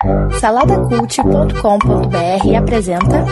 Saladacult.com.br apresenta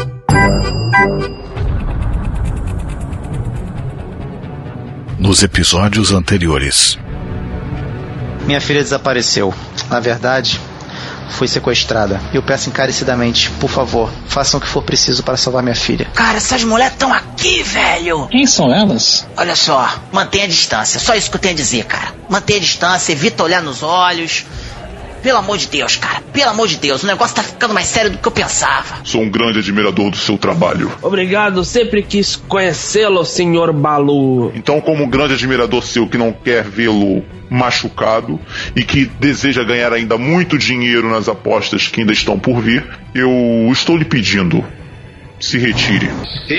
Nos episódios anteriores. Minha filha desapareceu. Na verdade, foi sequestrada. Eu peço encarecidamente, por favor, façam o que for preciso para salvar minha filha. Cara, essas mulheres estão aqui, velho! Quem são elas? Olha só, mantenha a distância. Só isso que eu tenho a dizer, cara. Mantenha a distância, evita olhar nos olhos. Pelo amor de Deus, cara. Pelo amor de Deus. O negócio tá ficando mais sério do que eu pensava. Sou um grande admirador do seu trabalho. Obrigado, sempre quis conhecê-lo, Sr. Balu. Então, como um grande admirador seu que não quer vê-lo machucado e que deseja ganhar ainda muito dinheiro nas apostas que ainda estão por vir, eu estou lhe pedindo, se retire.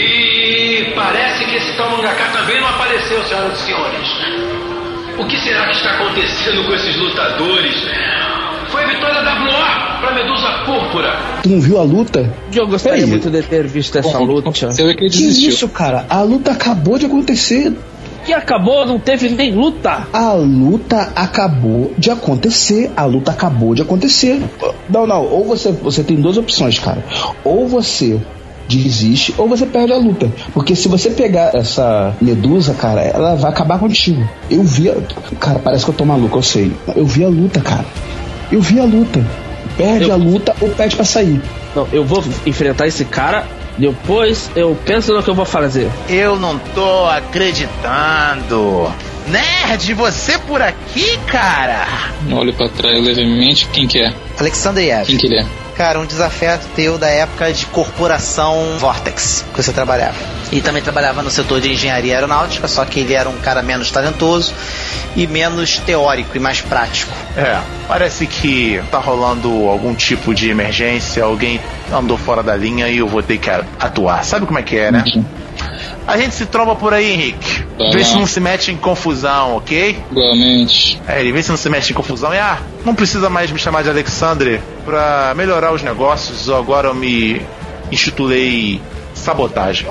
E parece que esse tal mangaka também não apareceu, senhoras e senhores. O que será que está acontecendo com esses lutadores? Foi a vitória da WO pra Medusa Púrpura. Tu não viu a luta? Eu gostaria muito de ter visto essa luta. Você vê que ele Que desistiu. isso, cara? A luta acabou de acontecer. Que acabou, não teve nem luta. A luta acabou de acontecer. A luta acabou de acontecer. Não. Ou você tem duas opções, cara. Ou você desiste ou você perde a luta. Porque se você pegar essa Medusa, cara, ela vai acabar contigo. Eu vi Cara, parece que eu tô maluco, eu sei. Eu vi a luta, cara. Eu vi a luta. Perde a luta ou pede pra sair. Não, eu vou enfrentar esse cara. Depois eu penso no que eu vou fazer. Eu não tô acreditando. Nerd, você por aqui, cara? Olho pra trás levemente. Quem que é? Alexander Yev. Quem que ele é? Cara, um desafeto teu da época de corporação Vortex, que você trabalhava. E também trabalhava no setor de engenharia aeronáutica, só que ele era um cara menos talentoso e menos teórico e mais prático. Parece que tá rolando algum tipo de emergência, alguém andou fora da linha e eu vou ter que atuar. Sabe como é que é, né? A gente se tromba por aí, Henrique. Vê se não se mete em confusão, ok? Igualmente. Ele vê se não se mete em confusão. E não precisa mais me chamar de Alexandre pra melhorar os negócios. Agora eu me intitulei Sabotagem.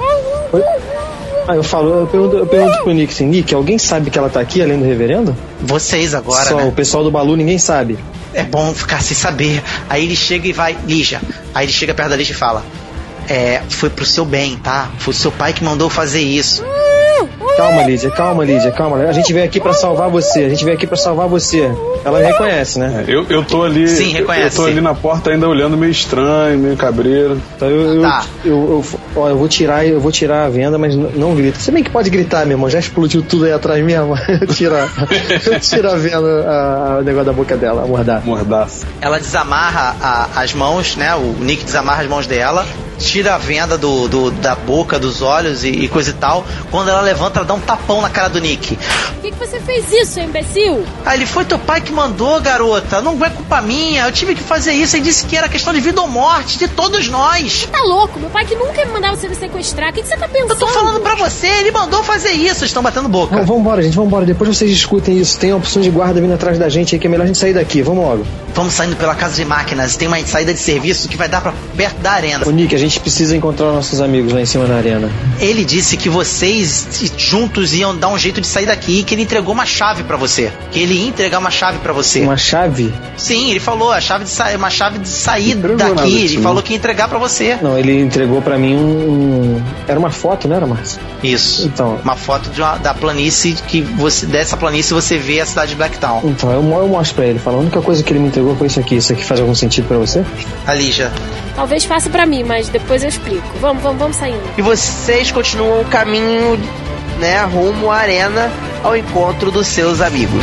Eu pergunto pro Nick assim, Nick, alguém sabe que ela tá aqui além do reverendo? Vocês agora, Só né? o pessoal do Balu, ninguém sabe. É bom ficar sem saber. Aí ele chega e vai, Lígia. Aí ele chega perto da Lígia e fala: foi pro seu bem, tá? Foi o seu pai que mandou fazer isso. Calma, Lídia. A gente veio aqui pra salvar você. Ela me reconhece, né? Eu tô ali. Sim, reconhece. Eu tô ali na porta ainda olhando meio estranho, meio cabreiro. Então eu vou tirar a venda, mas não grita. Você bem que pode gritar, meu irmão. Já explodiu tudo aí atrás mesmo. Eu tiro a venda, o negócio da boca dela, a mordaça. Ela desamarra as mãos, né? O Nick desamarra as mãos dela, tira a venda da boca, dos olhos e coisa e tal. Quando ela levanta, ela dá um tapão na cara do Nick. Por que você fez isso, imbecil? Ele foi teu pai que mandou, garota. Não é culpa minha. Eu tive que fazer isso. Ele disse que era questão de vida ou morte de todos nós. Você tá louco? Meu pai que nunca ia mandar você me sequestrar. O que você tá pensando? Eu tô falando pra você. Ele mandou fazer isso. Vocês estão batendo boca. Vambora, gente. Depois vocês discutem isso. Tem opções de guarda vindo atrás da gente aí, que é melhor a gente sair daqui. Vamos logo. Vamos saindo pela casa de máquinas. Tem uma saída de serviço que vai dar pra perto da arena. Ô, Nick, a gente precisa encontrar nossos amigos lá em cima da arena. Ele disse que vocês juntos iam dar um jeito de sair daqui e que ele entregou uma chave pra você. Que ele ia entregar uma chave pra você. Uma chave? Sim, ele falou uma chave de sair daqui. Ele falou que ia entregar pra você. Não, ele entregou pra mim Era uma foto, não era, Márcio? Isso. Então. Uma foto da planície dessa planície você vê a cidade de Blacktown. Então, eu mostro pra ele. Falo, a única coisa que ele me entregou foi isso aqui. Isso aqui faz algum sentido pra você? Lígia. Talvez faça pra mim, mas depois eu explico. Vamos saindo. E vocês continuam o caminho, né, rumo à arena, ao encontro dos seus amigos.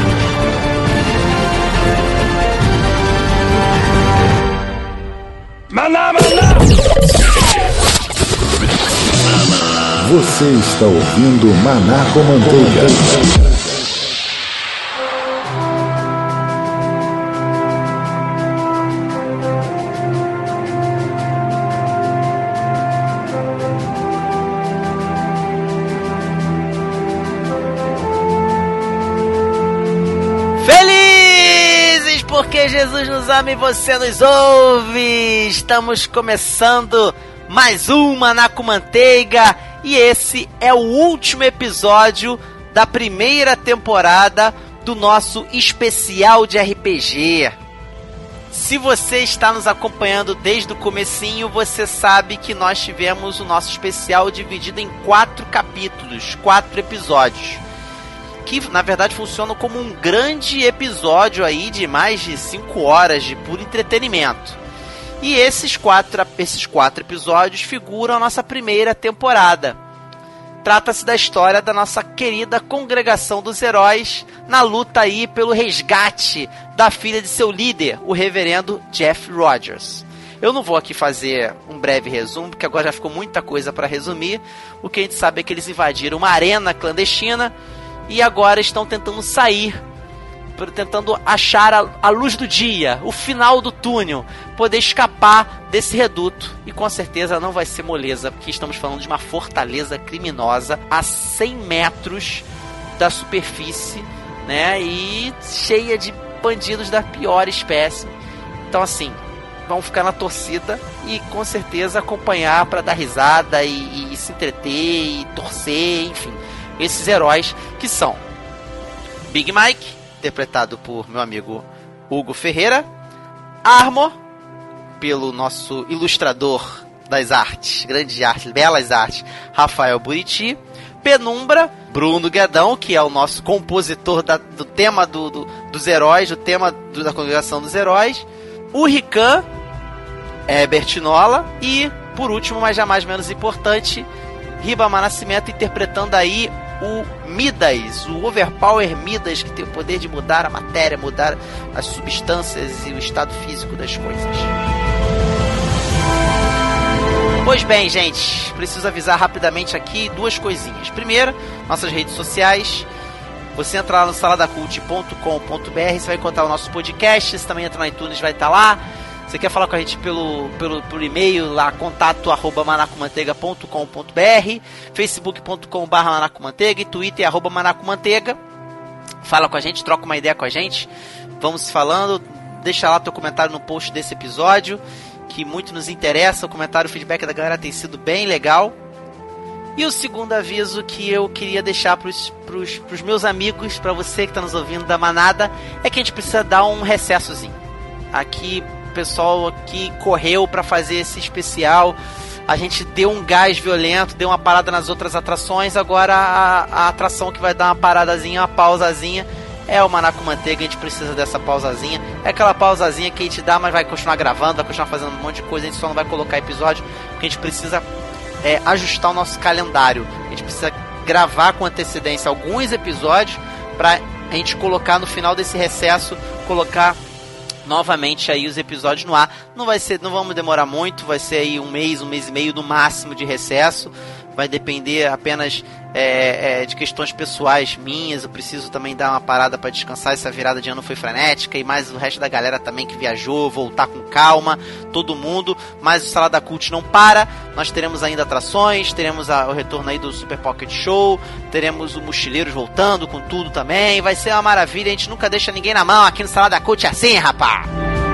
Maná! Você está ouvindo Maná com Manteiga. Porque Jesus nos ama e você nos ouve. Estamos começando mais um Maná com Manteiga. E esse é o último episódio da primeira temporada do nosso especial de RPG. Se você está nos acompanhando desde o comecinho, você sabe que nós tivemos o nosso especial dividido em 4 capítulos, 4 episódios, que na verdade funcionam como um grande episódio aí de mais de 5 horas de puro entretenimento. E esses quatro episódios figuram a nossa primeira temporada. Trata-se da história da nossa querida congregação dos heróis na luta aí pelo resgate da filha de seu líder, o reverendo Jeff Rogers. Eu não vou aqui fazer um breve resumo, porque agora já ficou muita coisa para resumir. O que a gente sabe é que eles invadiram uma arena clandestina e agora estão tentando sair, tentando achar a luz do dia, o final do túnel, poder escapar desse reduto. E com certeza não vai ser moleza, porque estamos falando de uma fortaleza criminosa a 100 metros da superfície, né? E cheia de bandidos da pior espécie. Então assim, vamos ficar na torcida e com certeza acompanhar para dar risada e se entreter e torcer, enfim. Esses heróis que são Big Mike, interpretado por meu amigo Hugo Ferreira, Armor, pelo nosso ilustrador das artes, grandes artes, belas artes, Rafael Buriti, Penumbra, Bruno Guedão, que é o nosso compositor do tema dos heróis, do tema da congregação dos heróis, o Rican, Bertinola, e, por último, mas jamais menos importante, Ribamar Nascimento, interpretando aí o Midas, o Overpower Midas, que tem o poder de mudar a matéria, mudar as substâncias e o estado físico das coisas. Pois bem, gente, preciso avisar rapidamente aqui 2 coisinhas. Primeiro, nossas redes sociais. Você entra lá no saladacult.com.br, você vai encontrar o nosso podcast. Você também entra no iTunes, vai estar lá. Você quer falar com a gente por e-mail lá, contato@manacomanteiga.com.br, facebook.com/manacomanteiga e twitter @manacomanteiga. Fala com a gente, troca uma ideia com a gente, vamos falando, deixa lá teu comentário no post desse episódio, que muito nos interessa. O comentário, o feedback da galera tem sido bem legal. E o segundo aviso que eu queria deixar pros meus amigos, para você que está nos ouvindo da manada, é que a gente precisa dar um recessozinho. Aqui, o pessoal aqui correu para fazer esse especial, a gente deu um gás violento, deu uma parada nas outras atrações, agora a atração que vai dar uma paradazinha, uma pausazinha, é o Maná com Manteiga. A gente precisa dessa pausazinha, é aquela pausazinha que a gente dá, mas vai continuar gravando, vai continuar fazendo um monte de coisa, a gente só não vai colocar episódio, porque a gente precisa ajustar o nosso calendário, a gente precisa gravar com antecedência alguns episódios, pra a gente colocar no final desse recesso, colocar novamente aí os episódios no ar. Não vamos demorar muito, vai ser aí um mês e meio no máximo de recesso. Vai depender apenas de questões pessoais minhas. Eu preciso também dar uma parada para descansar. Essa virada de ano foi frenética, e mais o resto da galera também que viajou, voltar com calma, todo mundo. Mas o Salada Cult não para. Nós teremos ainda atrações, teremos o retorno aí do Super Pocket Show, teremos o Mochileiros voltando com tudo também. Vai ser uma maravilha, a gente nunca deixa ninguém na mão aqui no Salada Cult, é assim, rapá!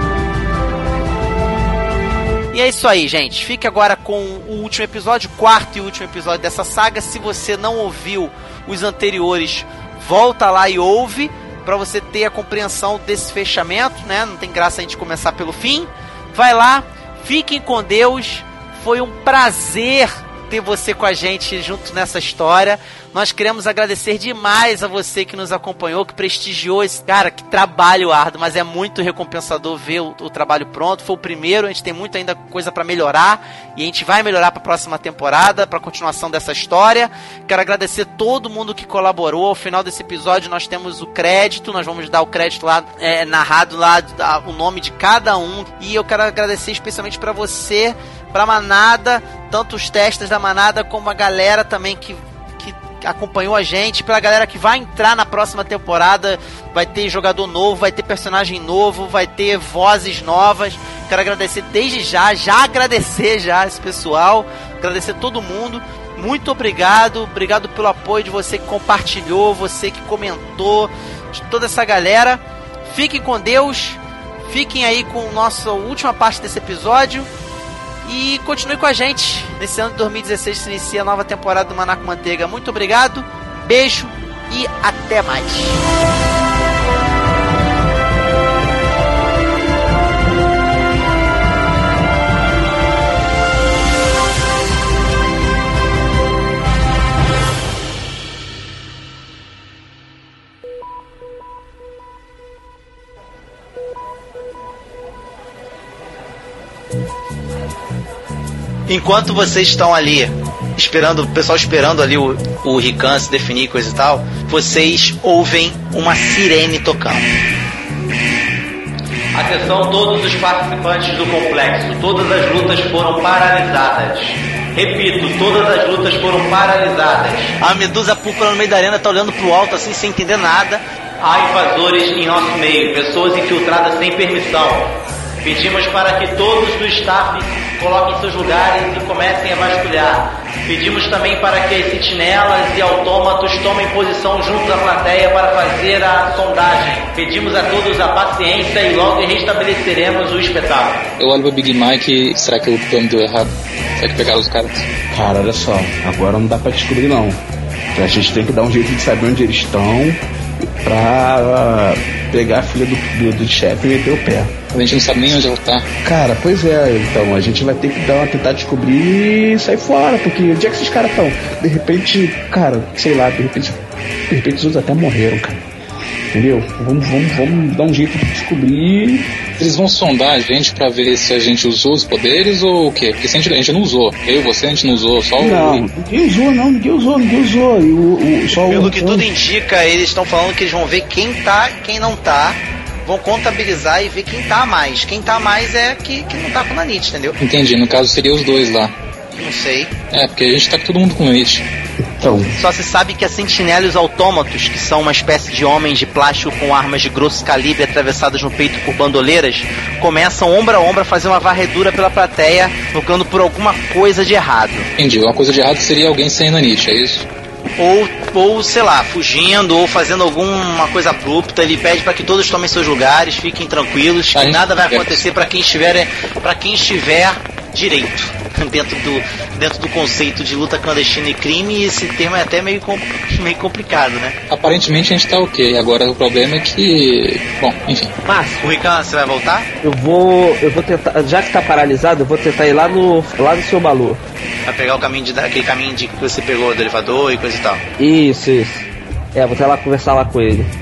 E é isso aí, gente. Fique agora com o último episódio, o 4º e último episódio dessa saga. Se você não ouviu os anteriores, volta lá e ouve, pra você ter a compreensão desse fechamento, né? Não tem graça a gente começar pelo fim. Vai lá, fiquem com Deus. Foi um prazer ter você com a gente junto nessa história. Nós queremos agradecer demais a você que nos acompanhou, que prestigiou esse cara, que trabalho árduo, mas é muito recompensador ver o trabalho pronto. Foi o primeiro, a gente tem muito ainda coisa para melhorar, e a gente vai melhorar para a próxima temporada, para a continuação dessa história. Quero agradecer todo mundo que colaborou. Ao final desse episódio nós temos o crédito, nós vamos dar o crédito lá, narrado lá, o nome de cada um, e eu quero agradecer especialmente para você, pra manada, tanto os testes da manada como a galera também que acompanhou a gente, pra galera que vai entrar na próxima temporada. Vai ter jogador novo, vai ter personagem novo, vai ter vozes novas. Quero agradecer desde já agradecer esse pessoal, agradecer todo mundo. Muito obrigado pelo apoio de você que compartilhou, você que comentou, de toda essa galera. Fiquem com Deus, fiquem aí com a nossa última parte desse episódio. E continue com a gente. Nesse ano de 2016 se inicia a nova temporada do Maná com Manteiga. Muito obrigado, beijo e até mais. Enquanto vocês estão ali esperando, o pessoal esperando ali o Rikan se definir, coisa e tal, vocês ouvem uma sirene tocando. Atenção todos os participantes do complexo, todas as lutas foram paralisadas. Repito, todas as lutas foram paralisadas. A Medusa Púrpura no meio da arena tá olhando pro alto assim, sem entender nada. Há invasores em nosso meio, pessoas infiltradas sem permissão. Pedimos para que todos do staff coloquem seus lugares e comecem a vasculhar. Pedimos também para que as sentinelas e autômatos tomem posição junto à plateia para fazer a sondagem. Pedimos a todos a paciência e logo restabeleceremos o espetáculo. Eu olho pro Big Mike, será que o plano deu errado? Será que pegaram os caras? Cara, olha só, agora não dá pra descobrir não. A gente tem que dar um jeito de saber onde eles estão pra pegar a filha do chefe e meter o pé. A gente não sabe nem onde ela tá. Cara, pois é, então a gente vai ter que tentar descobrir e sair fora, porque onde é que esses caras estão? De repente, cara, sei lá, de repente os outros até morreram, cara. Entendeu? Vamos dar um jeito de descobrir. Eles vão sondar a gente pra ver se a gente usou os poderes ou o quê? Porque se a gente não usou. Eu e você a gente não usou, só não, ninguém usou. Pelo que tudo indica, eles estão falando que eles vão ver quem tá e quem não tá. Vão contabilizar e ver quem tá a mais. Quem tá a mais é que não tá com nanite, entendeu? Entendi, no caso seria os dois lá. Não sei. É, porque a gente tá com todo mundo com nanite. Então. Só se sabe que a sentinela e os autômatos, que são uma espécie de homens de plástico com armas de grosso calibre atravessadas no peito por bandoleiras, começam ombro a ombro a fazer uma varredura pela plateia, procurando por alguma coisa de errado. Entendi, uma coisa de errado seria alguém sem nanite, é isso? Ou sei lá, fugindo ou fazendo alguma coisa abrupta. Ele pede para que todos tomem seus lugares, fiquem tranquilos, que nada vai acontecer para quem estiver direito dentro do conceito de luta clandestina e crime. E esse tema é até meio complicado, né? Aparentemente a gente tá ok, agora o problema é que... Bom, enfim. Márcio, o Rican, você vai voltar? Eu vou tentar, já que tá paralisado, eu vou tentar ir lá no seu Balu. Vai pegar aquele caminho que você pegou do elevador e coisa e tal. Isso. Vou até lá conversar lá com ele.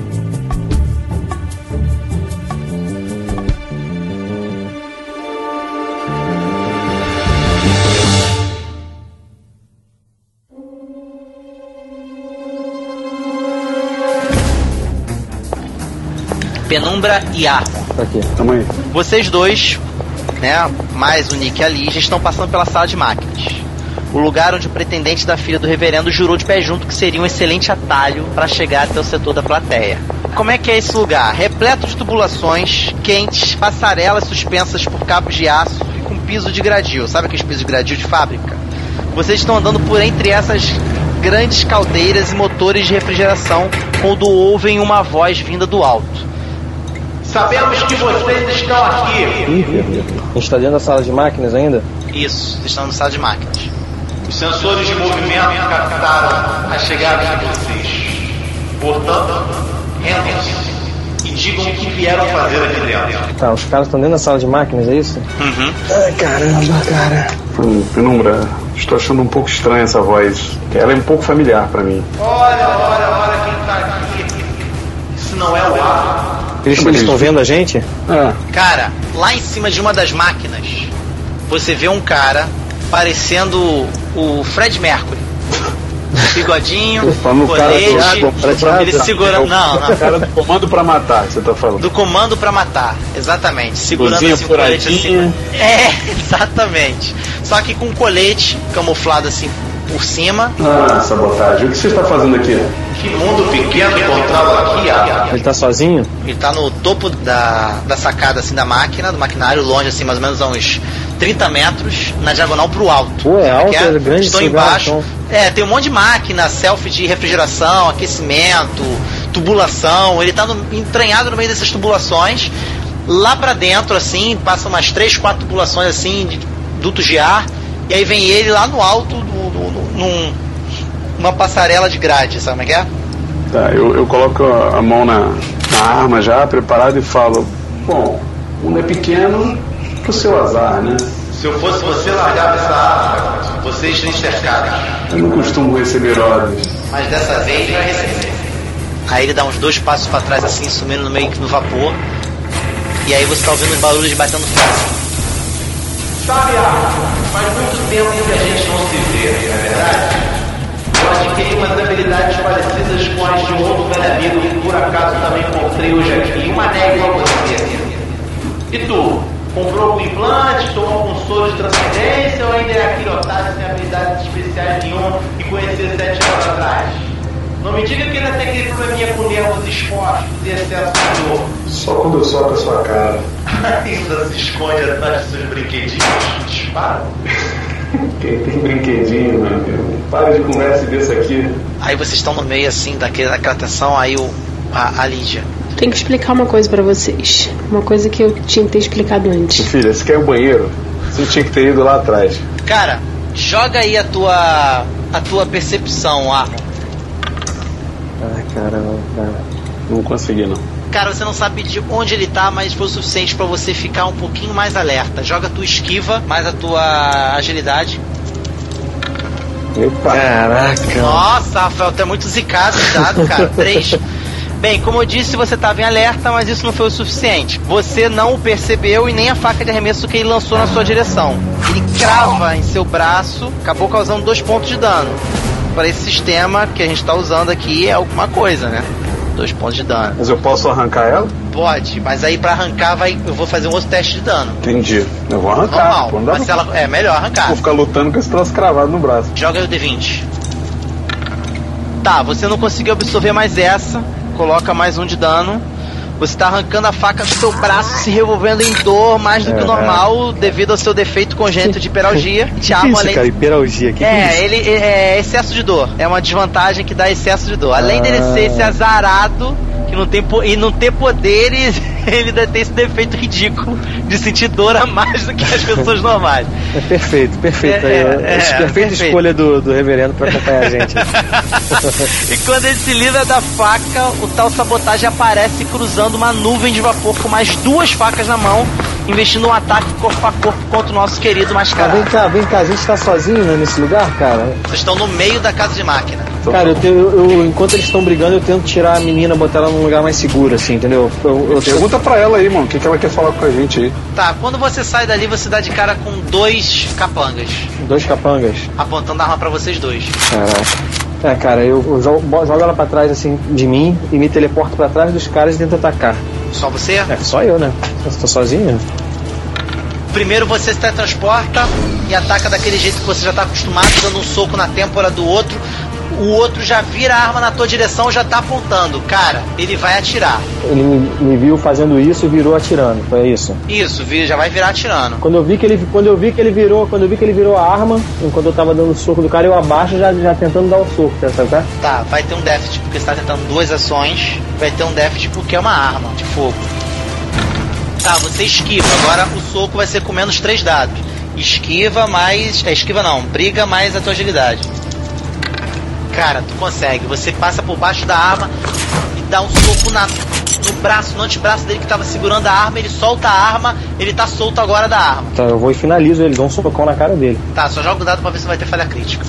Penumbra e Armor. Aqui, tamo aí. Vocês dois, né, mais o Nick e a Ligia, estão passando pela sala de máquinas. O lugar onde o pretendente da filha do reverendo jurou de pé junto que seria um excelente atalho para chegar até o setor da plateia. Como é que é esse lugar? Repleto de tubulações quentes, passarelas suspensas por cabos de aço e com piso de gradil. Sabe aqueles pisos de gradil de fábrica? Vocês estão andando por entre essas grandes caldeiras e motores de refrigeração quando ouvem uma voz vinda do alto. Sabemos que vocês estão aqui. A gente tá dentro da sala de máquinas ainda? Isso, vocês estão na sala de máquinas. Os sensores de movimento captaram a chegada de vocês. Portanto, rendam-se e digam o que vieram fazer aqui dentro. Tá, os caras estão dentro da sala de máquinas, é isso? Uhum. Ai, caramba, cara. Penumbra, estou achando um pouco estranha essa voz. Ela é um pouco familiar pra mim. Olha quem tá aqui. Isso não é o ar. Eles estão vendo a gente? Cara, lá em cima de uma das máquinas, você vê um cara parecendo o Fred Mercury. Bigodinho, colete, ele segurando... Não. Cara do Comando pra Matar, você tá falando. Do Comando pra Matar, exatamente. Segurando assim, o colete assim. Exatamente. Só que com um colete camuflado assim por cima. Sabotagem. O que você está fazendo aqui? Que mundo pequeno encontrado aqui, Ele tá sozinho? Ele tá no topo da sacada assim da máquina, do maquinário, longe assim, mais ou menos a uns 30 metros, na diagonal pro alto. Pô, é alto, é grande. Estou embaixo. Então. Tem um monte de máquina, selfie de refrigeração, aquecimento, tubulação. Ele tá entranhado no meio dessas tubulações. Lá pra dentro, assim, passa umas 3, 4 tubulações assim, de dutos de ar. E aí vem ele lá no alto, numa passarela de grade, sabe como é que é? Tá, eu coloco a mão na arma já, preparado, e falo: bom, o mundo é pequeno pro seu azar, né? Se eu fosse você, largava essa arma. Vocês têm cercados. Eu não costumo receber ordens. Mas dessa vez vai receber. Aí ele dá uns 2 passos pra trás, assim, sumindo no meio do vapor. E aí você tá ouvindo os barulhos de batendo fora. Sabe, faz muito tempo que a gente não se vê, não é verdade? Eu adquiri umas habilidades parecidas com as de um outro velho amigo que por acaso também encontrei hoje aqui. Uma nega igual você. E tu? Comprou algum implante, tomou algum soro de transcendência ou ainda é aquele otário sem habilidades especiais nenhuma e conheceu 7 anos atrás? Não me diga que ainda tem aquele probleminha com nervos expostos e excesso de dor. Só quando eu soco a sua cara. Ainda se esconde atrás dos seus brinquedinhos que disparam? Quem tem brinquedinho, meu amigo? Para de conversa desse aqui. Aí vocês estão no meio assim daquela tensão, aí a Lídia. Tenho que explicar uma coisa pra vocês. Uma coisa que eu tinha que ter explicado antes. Filha, você quer o banheiro? Você tinha que ter ido lá atrás. Cara, joga aí a tua percepção, Armon. Cara, não consegui não. Cara, você não sabe de onde ele tá, mas foi o suficiente pra você ficar um pouquinho mais alerta. Joga a tua esquiva, mais a tua agilidade. Epa. Caraca. Nossa, Rafael, tu é muito zicado, dado, cara. 3. Bem, como eu disse, você estava em alerta, mas isso não foi o suficiente. Você não o percebeu e nem a faca de arremesso que ele lançou na sua direção. Ele crava em seu braço, acabou causando 2 pontos de dano. Para esse sistema que a gente está usando aqui é alguma coisa, né? 2 pontos de dano. Mas eu posso arrancar ela? Pode, mas aí para arrancar eu vou fazer um outro teste de dano. Entendi. Eu vou arrancar. Normal, mas se ela, é melhor arrancar. Vou ficar lutando com esse troço cravado no braço. Joga aí o D20. Tá, você não conseguiu absorver mais essa. Coloca mais 1 de dano. Você tá arrancando a faca do seu braço, se revolvendo em dor mais do que o normal, devido ao seu defeito congênito de hiperalgia. Que isso, cara? Hiperalgia? Que é isso? Ele é excesso de dor. É uma desvantagem que dá excesso de dor. Além dele ser esse azarado, que não ter poderes, ele ainda tem esse defeito ridículo de sentir dor a mais do que as pessoas normais. É perfeito. Perfeita escolha do reverendo pra acompanhar a gente. E quando ele se livra da faca, o tal sabotagem aparece cruzando uma nuvem de vapor com mais 2 facas na mão, investindo um ataque corpo a corpo contra o nosso querido mascarado. Vem cá, a gente tá sozinho, né, nesse lugar, cara? Vocês estão no meio da casa de máquina. Cara, eu enquanto eles estão brigando, eu tento tirar a menina, botar ela num lugar mais seguro, assim, entendeu? Pergunta pra ela aí, mano, o que ela quer falar com a gente aí. Tá, quando você sai dali, você dá de cara com 2 capangas. 2 capangas? Apontando a arma pra vocês 2. Caraca. Cara, eu jogo ela pra trás, assim, de mim e me teleporto pra trás dos caras e tento atacar. Só você? Só eu, né? Eu tô sozinho. Primeiro você se teletransporta e ataca daquele jeito que você já tá acostumado, dando um soco na têmpora do outro. O outro já vira a arma na tua direção, já tá apontando. Cara, ele vai atirar. Ele me viu fazendo isso e virou atirando, foi isso? Isso, já vai virar atirando. Quando eu vi que ele virou a arma, enquanto eu tava dando o soco do cara, eu abaixo já tentando dar o soco, sabe? Tá, vai ter um déficit porque você tá tentando 2 ações, vai ter um déficit porque é uma arma de fogo. Tá, você esquiva, agora o soco vai ser com menos 3 dados. Esquiva mais... briga mais a tua agilidade. Cara, tu consegue. Você passa por baixo da arma e dá um soco no braço, no antebraço dele que tava segurando a arma. Ele solta a arma, ele tá solto agora da arma. Tá, eu vou e finalizo ele, dou um socão na cara dele. Tá, só joga o dado pra ver se vai ter falha crítica.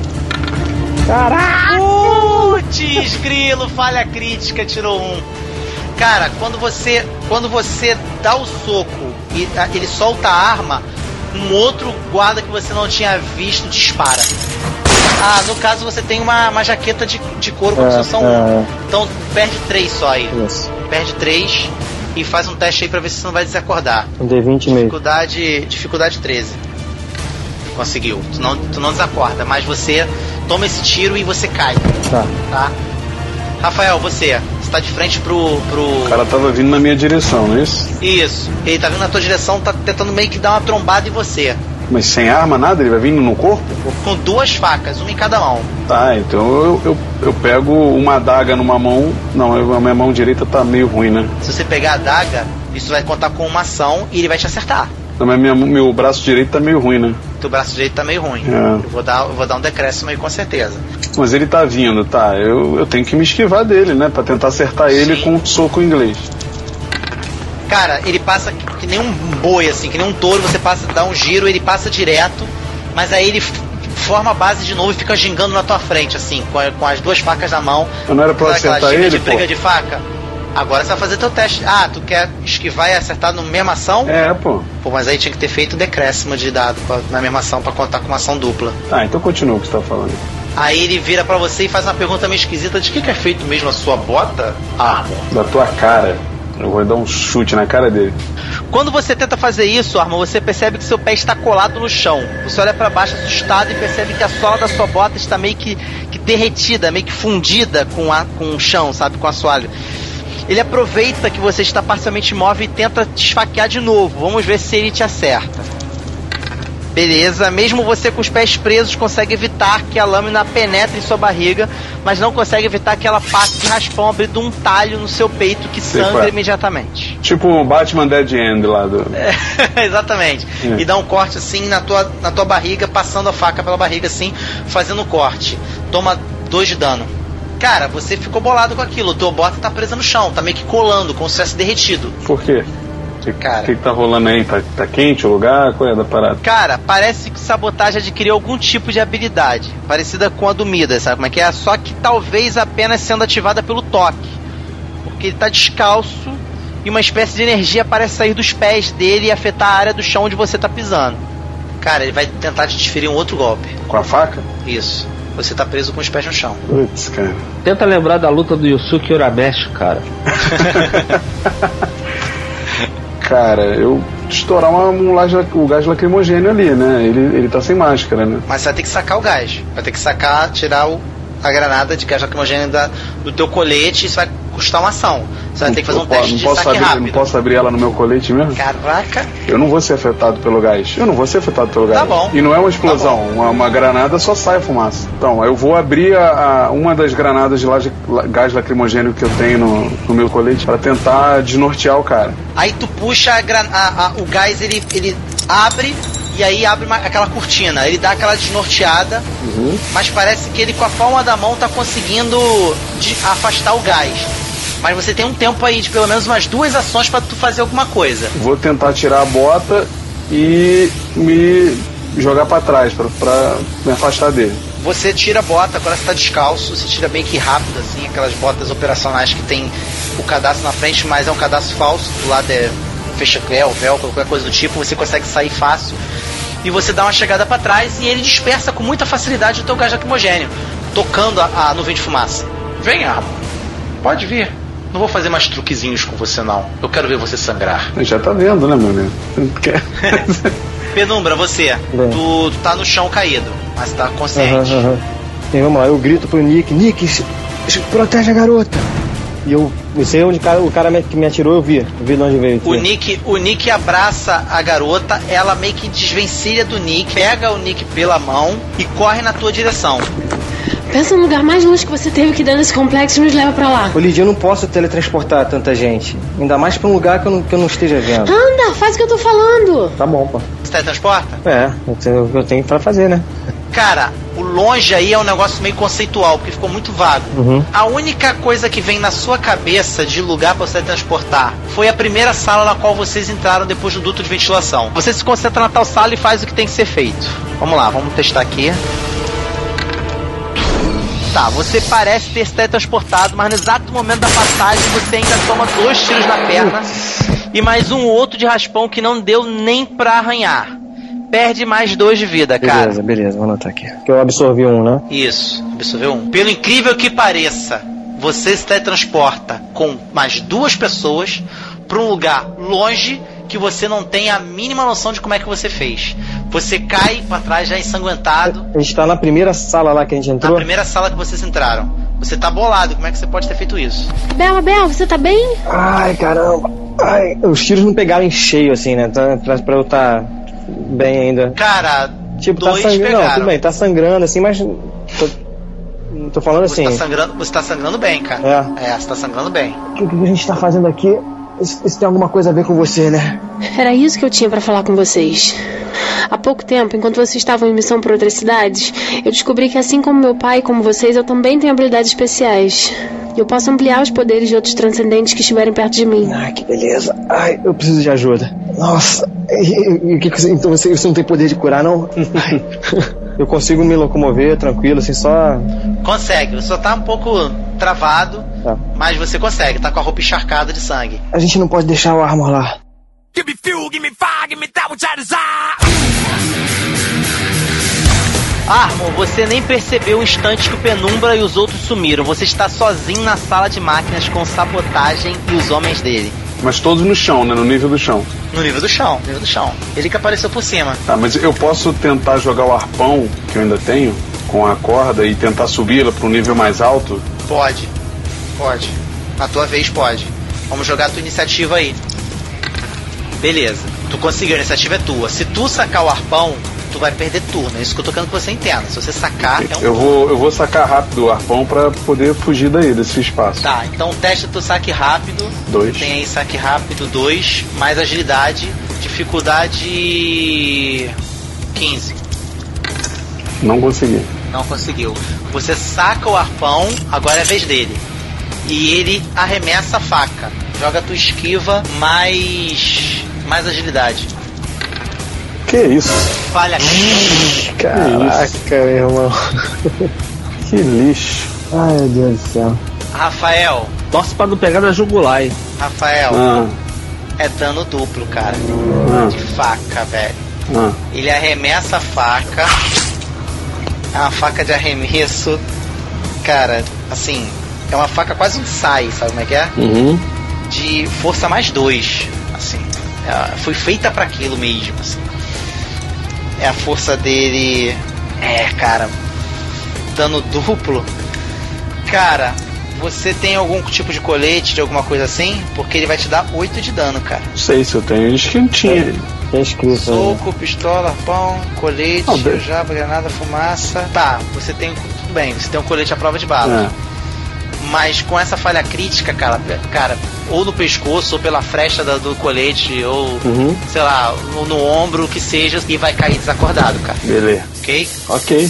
Caraca! Putz, grilo, falha crítica, tirou 1. Cara, quando você dá o soco e ele solta a arma, um outro guarda que você não tinha visto dispara. No caso você tem uma jaqueta de couro com sessão 1. Então perde 3 só aí. Isso. Perde 3 e faz um teste aí pra ver se você não vai desacordar. Um D20 mesmo. Dificuldade 13. Conseguiu. Tu não desacorda, mas você toma esse tiro e você cai. Tá? Rafael, você tá de frente pro... O cara tava vindo na minha direção, não é isso? Isso. Ele tá vindo na tua direção, tá tentando meio que dar uma trombada em você. Mas sem arma, nada? Ele vai vindo no corpo? Com 2 facas, uma em cada mão. Tá, então eu pego uma adaga numa mão. Não, a minha mão direita tá meio ruim, né? Se você pegar a adaga, isso vai contar com uma ação e ele vai te acertar. Não, mas meu braço direito tá meio ruim, né? Teu braço direito tá meio ruim. Eu vou dar um decréscimo aí com certeza. Mas ele tá vindo, tá? Eu tenho que me esquivar dele, né? Pra tentar acertar ele com um soco inglês. Cara, ele passa que nem um boi, assim, que nem um touro. Você dá um giro, ele passa direto, mas aí ele forma a base de novo e fica gingando na tua frente, assim, com as 2 facas na mão. Eu não era pra acertar ele, de briga de faca? Agora você vai fazer teu teste. Ah, tu quer esquivar e acertar na mesma ação? Pô. Pô, mas aí tinha que ter feito um decréscimo de dado na mesma ação pra contar com uma ação dupla. Tá, então continua o que você tá falando. Aí ele vira pra você e faz uma pergunta meio esquisita. De que é feito mesmo a sua bota? Armor. Da tua cara. Eu vou dar um chute na cara dele. Quando você tenta fazer isso, Armor, você percebe que seu pé está colado no chão. Você olha pra baixo assustado e percebe que a sola da sua bota está meio que derretida, meio que fundida com o chão, sabe? Com o assoalho. Ele aproveita que você está parcialmente imóvel e tenta te esfaquear de novo. Vamos ver se ele te acerta. Beleza, mesmo você com os pés presos consegue evitar que a lâmina penetre em sua barriga, mas não consegue evitar que ela passe de raspão abrindo um talho no seu peito que sangra imediatamente. Tipo o Batman Dead End lá do... Exatamente. E dá um corte assim na tua barriga, passando a faca pela barriga assim, fazendo o corte. Toma 2 de dano. Cara, você ficou bolado com aquilo, o teu bota tá presa no chão, tá meio que colando, como se tivesse derretido. Por quê? O que tá rolando aí? Tá quente o lugar? Qual é da parada? Cara, parece que o Sabotagem adquiriu algum tipo de habilidade parecida com a do Midas, sabe como é que é? Só que talvez apenas sendo ativada pelo toque, porque ele tá descalço e uma espécie de energia parece sair dos pés dele e afetar a área do chão onde você tá pisando. Cara, ele vai tentar te desferir um outro golpe. Com a faca? Isso. Você tá preso com os pés no chão. Putz, cara. Tenta lembrar da luta do Yusuke Urameshi, cara. Cara, eu estourar o gás lacrimogêneo ali, né? Ele tá sem máscara, né? Mas você vai ter que sacar o gás. Vai ter que sacar, tirar a granada de gás lacrimogêneo do teu colete. Isso vai custar uma ação. Você vai ter que fazer um teste de saque rápido. Não posso abrir ela no meu colete mesmo? Caraca. Eu não vou ser afetado pelo gás. Tá bom. E não é uma explosão. Uma granada só sai a fumaça. Então, eu vou abrir uma das granadas de gás lacrimogêneo que eu tenho no meu colete pra tentar desnortear o cara. Aí tu puxa o gás, ele abre. E aí abre aquela cortina. Ele dá aquela desnorteada. Mas parece que ele com a palma da mão tá conseguindo afastar o gás. Mas você tem um tempo aí de pelo menos umas 2 ações pra tu fazer alguma coisa. Vou tentar tirar a bota e me jogar pra trás pra me afastar dele. Você tira a bota, agora você tá descalço. Você tira bem que rápido, assim, aquelas botas operacionais que tem o cadastro na frente, mas é um cadastro falso. Do lado é fecha-véu, qualquer coisa do tipo. Você consegue sair fácil. E você dá uma chegada pra trás e ele dispersa com muita facilidade o teu gás lacrimogênio, tocando a nuvem de fumaça. Vem, Armor. Pode vir. Não vou fazer mais truquezinhos com você, não. Eu quero ver você sangrar. Já tá vendo, né, meu amigo? Penumbra, você. Tu tá no chão caído, mas tá consciente. E vamos lá, eu grito pro Nick, protege a garota. E eu sei onde o cara que me atirou, eu vi de onde veio. O Nick abraça a garota, ela meio que desvencilha do Nick, pega o Nick pela mão e corre na tua direção. Pensa no lugar mais longe que você teve que dar nesse complexo e nos leva pra lá. Ô Lidia, eu não posso teletransportar tanta gente. Ainda mais pra um lugar que eu não esteja vendo. Anda, faz o que eu tô falando. Tá bom, pô. Você teletransporta? Eu tenho pra fazer, né? Cara, o longe aí é um negócio meio conceitual, porque ficou muito vago. A única coisa que vem na sua cabeça de lugar pra você transportar foi a primeira sala na qual vocês entraram depois do duto de ventilação. Você se concentra na tal sala e faz o que tem que ser feito. Vamos lá, vamos testar aqui. Tá, você parece ter se teletransportado, mas no exato momento da passagem você ainda toma 2 tiros na perna e mais um outro de raspão que não deu nem pra arranhar. Perde mais 2 de vida, cara. Beleza, vou anotar aqui. Que eu absorvi 1, né? Isso, absorveu 1. Pelo incrível que pareça, você se teletransporta com mais 2 pessoas pra um lugar longe que você não tem a mínima noção de como é que você fez. Você cai pra trás já ensanguentado. A gente tá na primeira sala lá que a gente entrou? Na primeira sala que vocês entraram. Você tá bolado, como é que você pode ter feito isso? Bel, você tá bem? Ai, caramba. Ai, os tiros não pegaram em cheio assim, né? Pra eu estar bem ainda. Cara, tipo, tá sangrando. Não, tudo bem, tá sangrando assim, mas... Tô falando assim... Você tá sangrando bem, cara. Você tá sangrando bem. O que a gente tá fazendo aqui? Isso tem alguma coisa a ver com você, né? Era isso que eu tinha pra falar com vocês. Há pouco tempo, enquanto vocês estavam em missão por outras cidades, eu descobri que assim como meu pai e como vocês, eu também tenho habilidades especiais. Eu posso ampliar os poderes de outros transcendentes que estiverem perto de mim. Ah, que beleza. Ai, eu preciso de ajuda. Nossa. Então você não tem poder de curar, não? Eu consigo me locomover tranquilo, assim, só... Consegue, você só tá um pouco travado, mas você consegue, tá com a roupa encharcada de sangue. A gente não pode deixar o Armor lá. Give me fuel, give me fire, give me that which I desire. Armor, você nem percebeu o instante que o Penumbra e os outros sumiram. Você está sozinho na sala de máquinas com Sabotagem e os homens dele. Mas todos no chão, né? No nível do chão. No nível do chão. Ele que apareceu por cima. Tá, mas eu posso tentar jogar o arpão, que eu ainda tenho, com a corda e tentar subir para um nível mais alto? Pode. Na tua vez pode. Vamos jogar a tua iniciativa aí. Beleza. Tu conseguiu, a iniciativa é tua. Se tu sacar o arpão, tu vai perder turno. É isso que eu tô querendo que você entenda. Se você sacar, é um eu vou sacar rápido o arpão pra poder fugir daí, desse espaço. Tá, então testa tu saque rápido. 2. Tem aí saque rápido 2, mais agilidade. Dificuldade 15. Não consegui. Não conseguiu. Você saca o arpão, agora é a vez dele. E ele arremessa a faca. Joga a tua esquiva mais agilidade. Que isso? Falha. Caraca, meu irmão. Que lixo. Ai, meu Deus do céu. Rafael. Torce pra não pegar na jugular, hein? Rafael. É dano duplo, cara. De faca, velho. Ele arremessa a faca. É uma faca de arremesso. Cara, assim, é uma faca quase um sai, sabe como é que é? De força mais 2. Assim. Foi feita pra aquilo mesmo, assim. É a força dele. Cara. Dano duplo. Cara, você tem algum tipo de colete, de alguma coisa assim? Porque ele vai te dar 8 de dano, cara. Não sei se eu tenho. Acho que não tinha. É escrito. Soco, pistola, pão, colete, jaba, granada, fumaça. Tá, você tem. Tudo bem, você tem um colete à prova de bala. Mas com essa falha crítica, cara, ou no pescoço, ou pela fresta do colete, ou sei lá, no ombro, o que seja, e vai cair desacordado, cara. Beleza. Ok?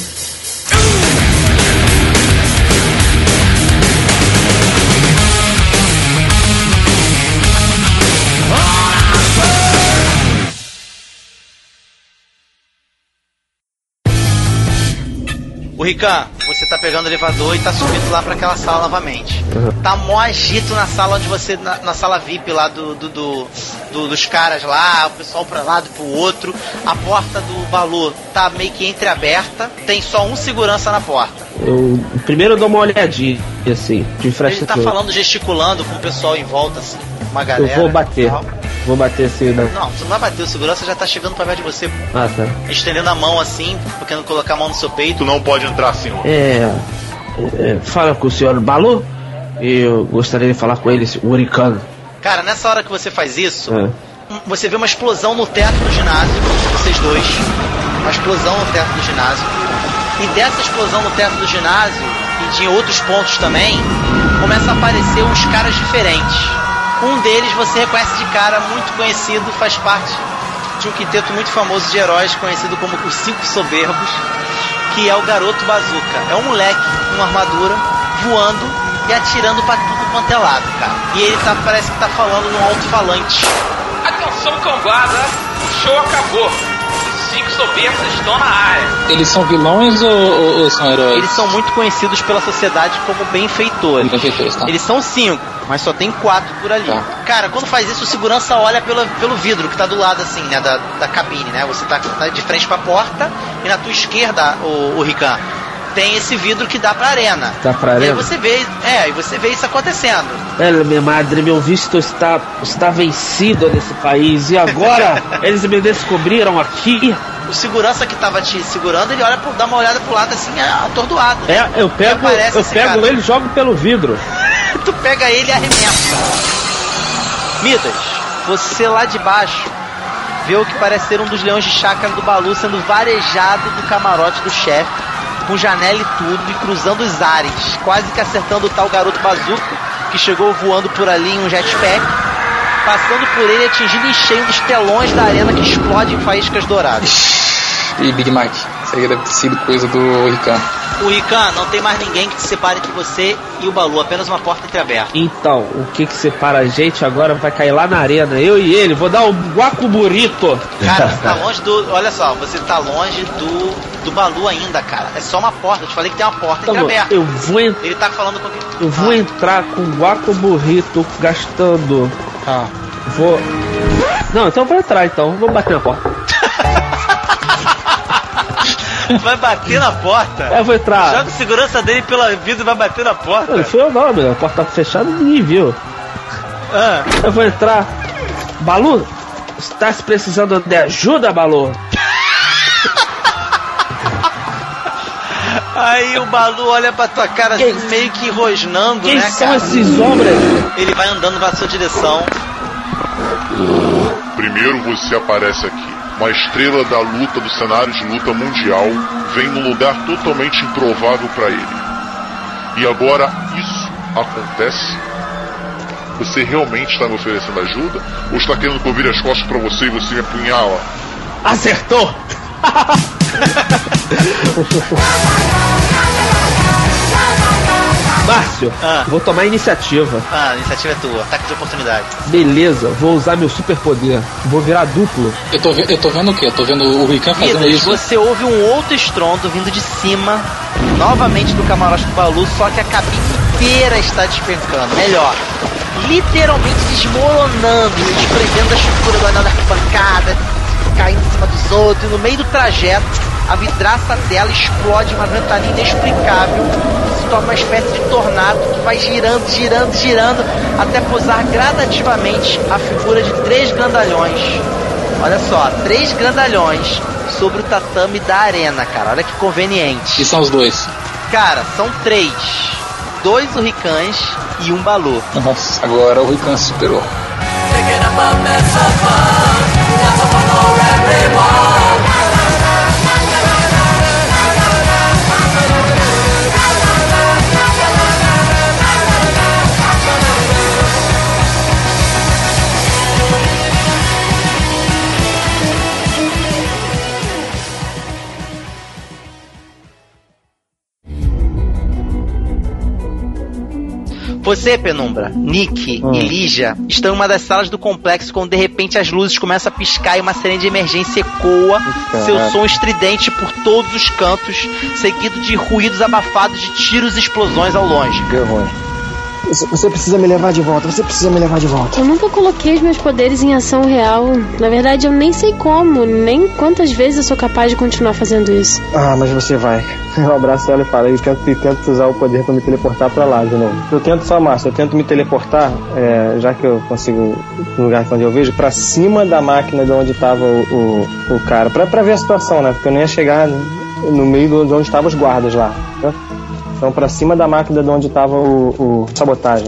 O Rican, você tá pegando o elevador e tá subindo lá pra aquela sala novamente. Tá mó agito na sala onde você. Na sala VIP lá dos caras lá, o pessoal pra um lado pro outro. A porta do Balu tá meio que entreaberta. Tem só um segurança na porta. Primeiro eu dou uma olhadinha, assim, de frente. Ele tá falando, gesticulando com o pessoal em volta, assim, uma galera. Eu vou bater. Vou bater assim, né? Não, você não vai bater, o segurança já tá chegando pra perto de você. Tá. Estendendo a mão assim, querendo colocar a mão no seu peito. Tu não pode entrar, senhor. Fala com o senhor Balu. Eu gostaria de falar com ele, o Hurricane. Cara, nessa hora que você faz isso, você vê uma explosão no teto do ginásio, vocês dois. Uma explosão no teto do ginásio. E dessa explosão no teto do ginásio, e de outros pontos também, começa a aparecer uns caras diferentes. Um deles você reconhece de cara, muito conhecido, faz parte de um quinteto muito famoso de heróis, conhecido como os 5 Soberbos, que é o Garoto Bazooka. É um moleque com uma armadura, voando e atirando pra tudo quanto é lado, cara. E ele parece que tá falando num alto-falante. Atenção, cambada, o show acabou. Os 5 Soberbos estão na área. Eles são vilões ou são heróis? Eles são muito conhecidos pela sociedade como benfeitores. Tá. Eles são 5, mas só tem 4 por ali. Tá. Cara, quando faz isso, o segurança olha pelo vidro que tá do lado, assim, né, da cabine, né? Você tá de frente pra porta e na tua esquerda, o Rican, tem esse vidro que dá pra arena. Tá pra arena? E aí você vê isso acontecendo. Minha madre, meu visto está vencido nesse país. E agora eles me descobriram aqui. O segurança que tava te segurando, ele dá uma olhada pro lado assim, atordoado. Eu pego ele e jogo pelo vidro. Tu pega ele e arremessa. Midas, você lá de baixo vê o que parece ser um dos leões de chácara do Balu sendo varejado do camarote do chefe, com janela e tudo, e cruzando os ares, quase que acertando o tal Garoto Bazooka, que chegou voando por ali em um jetpack, passando por ele e atingindo em cheio os telões da arena que explodem em faíscas douradas. E Big Mike. Isso aí deve ter sido coisa do Rican. O Rican, não tem mais ninguém que te separe entre você e o Balu, apenas uma porta entreaberta. Então, o que separa a gente agora vai cair lá na arena. Eu e ele, vou dar o guaco burrito. Cara, você tá longe do... Olha só, você tá longe do Balu ainda, cara. É só uma porta, eu te falei que tem uma porta entreaberta. Eu vou Ele tá falando com... Eu vou entrar com o guaco burrito gastando... Vou... Não, então eu vou entrar então. Vou bater na porta. Vai bater na porta? Eu vou entrar. Joga a segurança dele pela vida e vai bater na porta. Não foi eu não, meu. A porta tá fechada e ninguém viu. Eu vou entrar. Balu, está se precisando de ajuda, Balu? Aí o Balu olha pra tua cara assim, meio que rosnando, quem né, são cara? esses homens? Ele vai andando na sua direção. Primeiro você aparece aqui. Uma estrela da luta, do cenário de luta mundial, vem num lugar totalmente improvável pra ele. E agora isso acontece? Você realmente está me oferecendo ajuda? Ou está querendo que eu vire as costas pra você e você me apunhala? Acertou! Márcio, vou tomar a iniciativa. A iniciativa é tua, ataque de oportunidade. Beleza, vou usar meu superpoder. Vou virar duplo. Eu tô vendo o quê? Eu tô vendo o Rican fazendo isso. Você ouve um outro estrondo vindo de cima, novamente do camarote do Balu, só que a cabine inteira está despencando. Melhor, literalmente desmoronando, desprendendo a estrutura do anel da arquibancada, caindo em cima dos outros, e no meio do trajeto, a vidraça dela explode uma ventania inexplicável, se torna uma espécie de tornado que vai girando, girando, girando, até pousar gradativamente a figura de 3 grandalhões. Olha só, 3 grandalhões sobre o tatame da arena, cara. Olha que conveniente. E são os 2? Cara, são 3. 2 Hurricans e 1 Balu. Nossa, agora o Rican superou. Você, Penumbra, Nick e Lígia estão em uma das salas do complexo quando de repente as luzes começam a piscar e uma sirene de emergência ecoa seu som estridente por todos os cantos, seguido de ruídos abafados de tiros e explosões ao longe. Você precisa me levar de volta, você precisa me levar de volta. Eu nunca coloquei os meus poderes em ação real. Na verdade, eu nem sei como, nem quantas vezes eu sou capaz de continuar fazendo isso. Ah, mas você vai. Eu abraço ela e falo, eu tento usar o poder pra me teleportar pra lá de novo. Eu tento só, Márcio, eu tento me teleportar, já que eu consigo, no lugar onde eu vejo, pra cima da máquina de onde tava o cara, pra ver a situação, né? Porque eu não ia chegar no meio de onde estavam os guardas lá, né? Então pra cima da máquina de onde tava o sabotagem.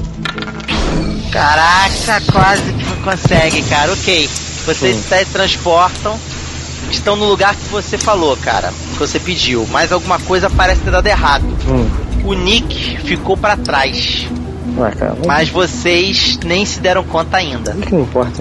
Caraca, quase que não consegue, cara. Ok, vocês se teletransportam, estão no lugar que você falou, cara, que você pediu, mas alguma coisa parece ter dado errado. O Nick ficou pra trás. Ué, cara, mas vocês nem se deram conta ainda. O que não importa?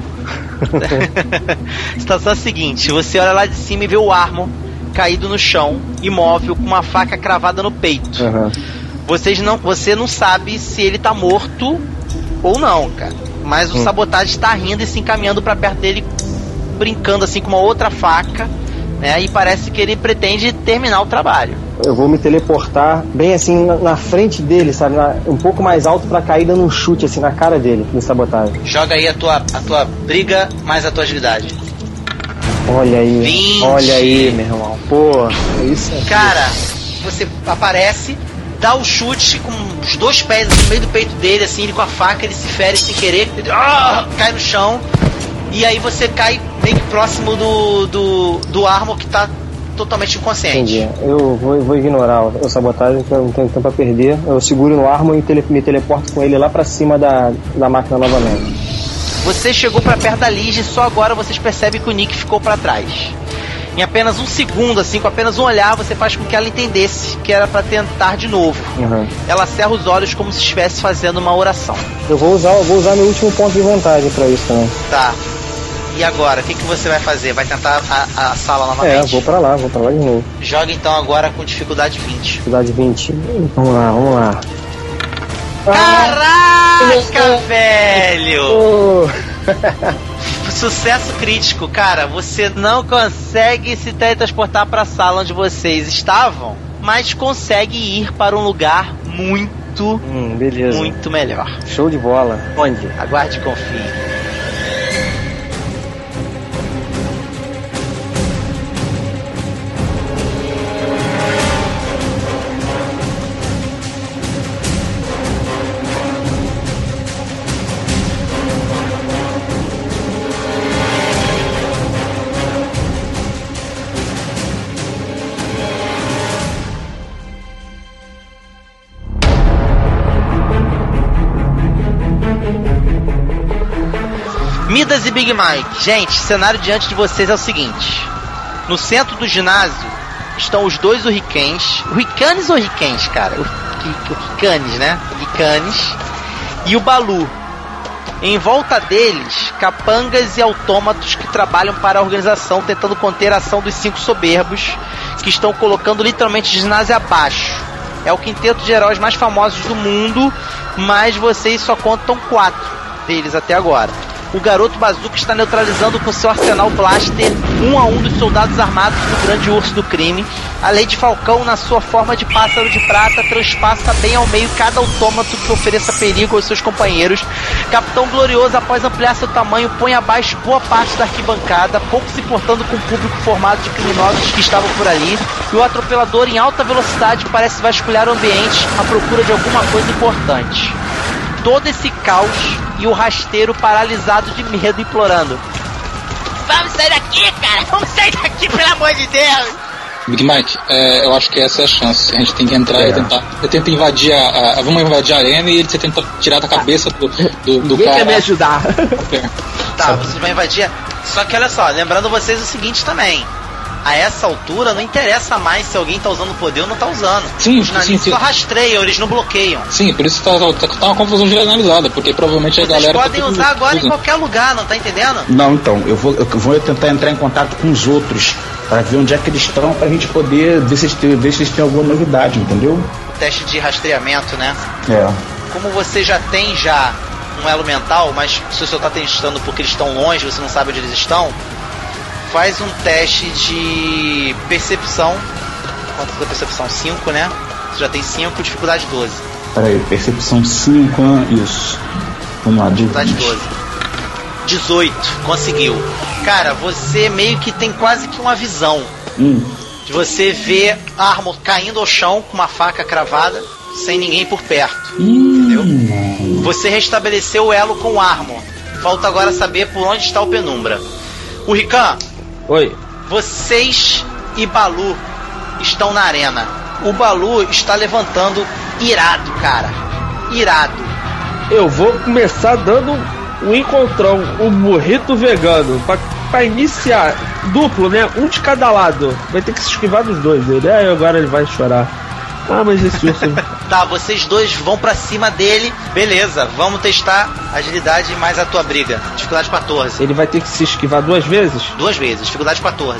A situação é a seguinte, você olha lá de cima e vê o Armor caído no chão, imóvel, com uma faca cravada no peito. Você não sabe se ele tá morto ou não, cara. Mas o sabotagem está rindo e se encaminhando pra perto dele, brincando assim com uma outra faca, né? E parece que ele pretende terminar o trabalho. Eu vou me teleportar bem assim na frente dele, sabe? Um pouco mais alto pra cair dando um chute assim na cara dele, de sabotagem. Joga aí a tua briga mais a tua agilidade. Olha aí, 20. Olha aí, meu irmão. Pô, isso é... Cara, você aparece, dá o chute com os 2 pés no meio do peito dele, assim, ele com a faca, ele se fere sem querer, ele, cai no chão, e aí você cai meio que próximo do Armor, que tá totalmente inconsciente. Entendi. Eu vou ignorar o sabotagem, que eu não tenho tempo pra perder. Eu seguro no Armor e me teleporto com ele lá pra cima da máquina novamente. Você chegou pra perto da Lige e só agora vocês percebem que o Nick ficou pra trás. Em apenas um segundo, assim, com apenas um olhar, você faz com que ela entendesse que era pra tentar de novo. Ela cerra os olhos como se estivesse fazendo uma oração. Eu vou usar meu último ponto de vantagem pra isso também. Tá. E agora, o que você vai fazer? Vai tentar a sala novamente? Vou pra lá de novo. Joga então agora com dificuldade 20. Dificuldade 20. Vamos lá. Caraca, velho! Sucesso crítico, cara. Você não consegue se teletransportar pra sala onde vocês estavam, mas consegue ir para um lugar muito, beleza. muito melhor. Show de bola. Onde? Aguarde e confie. Midas e Big Mike. Gente, o cenário diante de vocês é o seguinte. No centro do ginásio estão os dois Hurricanes. Hurricanes ou Hurricanes, cara? Hurricanes, né? Hurricanes. E o Balu. Em volta deles, capangas e autômatos que trabalham para a organização, tentando conter a ação dos 5 soberbos, que estão colocando literalmente o ginásio abaixo. É o quinteto de heróis mais famosos do mundo, mas vocês só contam 4 deles até agora. O garoto Bazooka está neutralizando com seu arsenal blaster 1 a 1 dos soldados armados do grande urso do crime. A Lady Falcão, na sua forma de pássaro de prata, transpassa bem ao meio cada autômato que ofereça perigo aos seus companheiros. Capitão Glorioso, após ampliar seu tamanho, põe abaixo boa parte da arquibancada, pouco se importando com o público formado de criminosos que estavam por ali. E o atropelador, em alta velocidade, parece vasculhar o ambiente à procura de alguma coisa importante. Todo esse caos e o rasteiro paralisado de medo, implorando: vamos sair daqui, cara! Vamos sair daqui, pelo amor de Deus! Big Mike, eu acho que essa é a chance. A gente tem que entrar e tentar. Eu tento invadir vamos invadir a arena e você tenta tirar da cabeça do cara. Quer me ajudar? Tá, vocês vão invadir. Só que olha só, lembrando vocês o seguinte também. A essa altura não interessa mais se alguém tá usando o poder ou não tá usando. Sim, os naninhos só rastreiam, eles não bloqueiam. Sim, por isso tá uma confusão generalizada, porque provavelmente a galera... Vocês podem usar agora em qualquer lugar, não tá entendendo? Não, então, eu vou tentar entrar em contato com os outros, para ver onde é que eles estão, pra gente poder ver se eles têm alguma novidade, entendeu? O teste de rastreamento, né? Como você já tem um elo mental, mas se você tá testando porque eles estão longe, você não sabe onde eles estão, faz um teste de percepção. Quanto da percepção? 5, né? Você já tem 5, dificuldade 12. Peraí, percepção 5, isso. Vamos lá, dificuldade 12. 18, conseguiu. Cara, você meio que tem quase que uma visão. De você ver Armor caindo ao chão com uma faca cravada, sem ninguém por perto. Entendeu? Você restabeleceu o elo com o Armor. Falta agora saber por onde está o Penumbra. O Rican. Oi. Vocês e Balu estão na arena. O Balu está levantando irado, cara. Irado. Eu vou começar dando um encontrão, um burrito vegano, pra iniciar duplo, né? Um de cada lado. Vai ter que se esquivar dos dois dele. Agora ele vai chorar. Mas esse urso... Tá, vocês dois vão pra cima dele. Beleza, vamos testar agilidade mais a tua briga. Dificuldade 14. Ele vai ter que se esquivar 2 vezes? 2 vezes, dificuldade 14.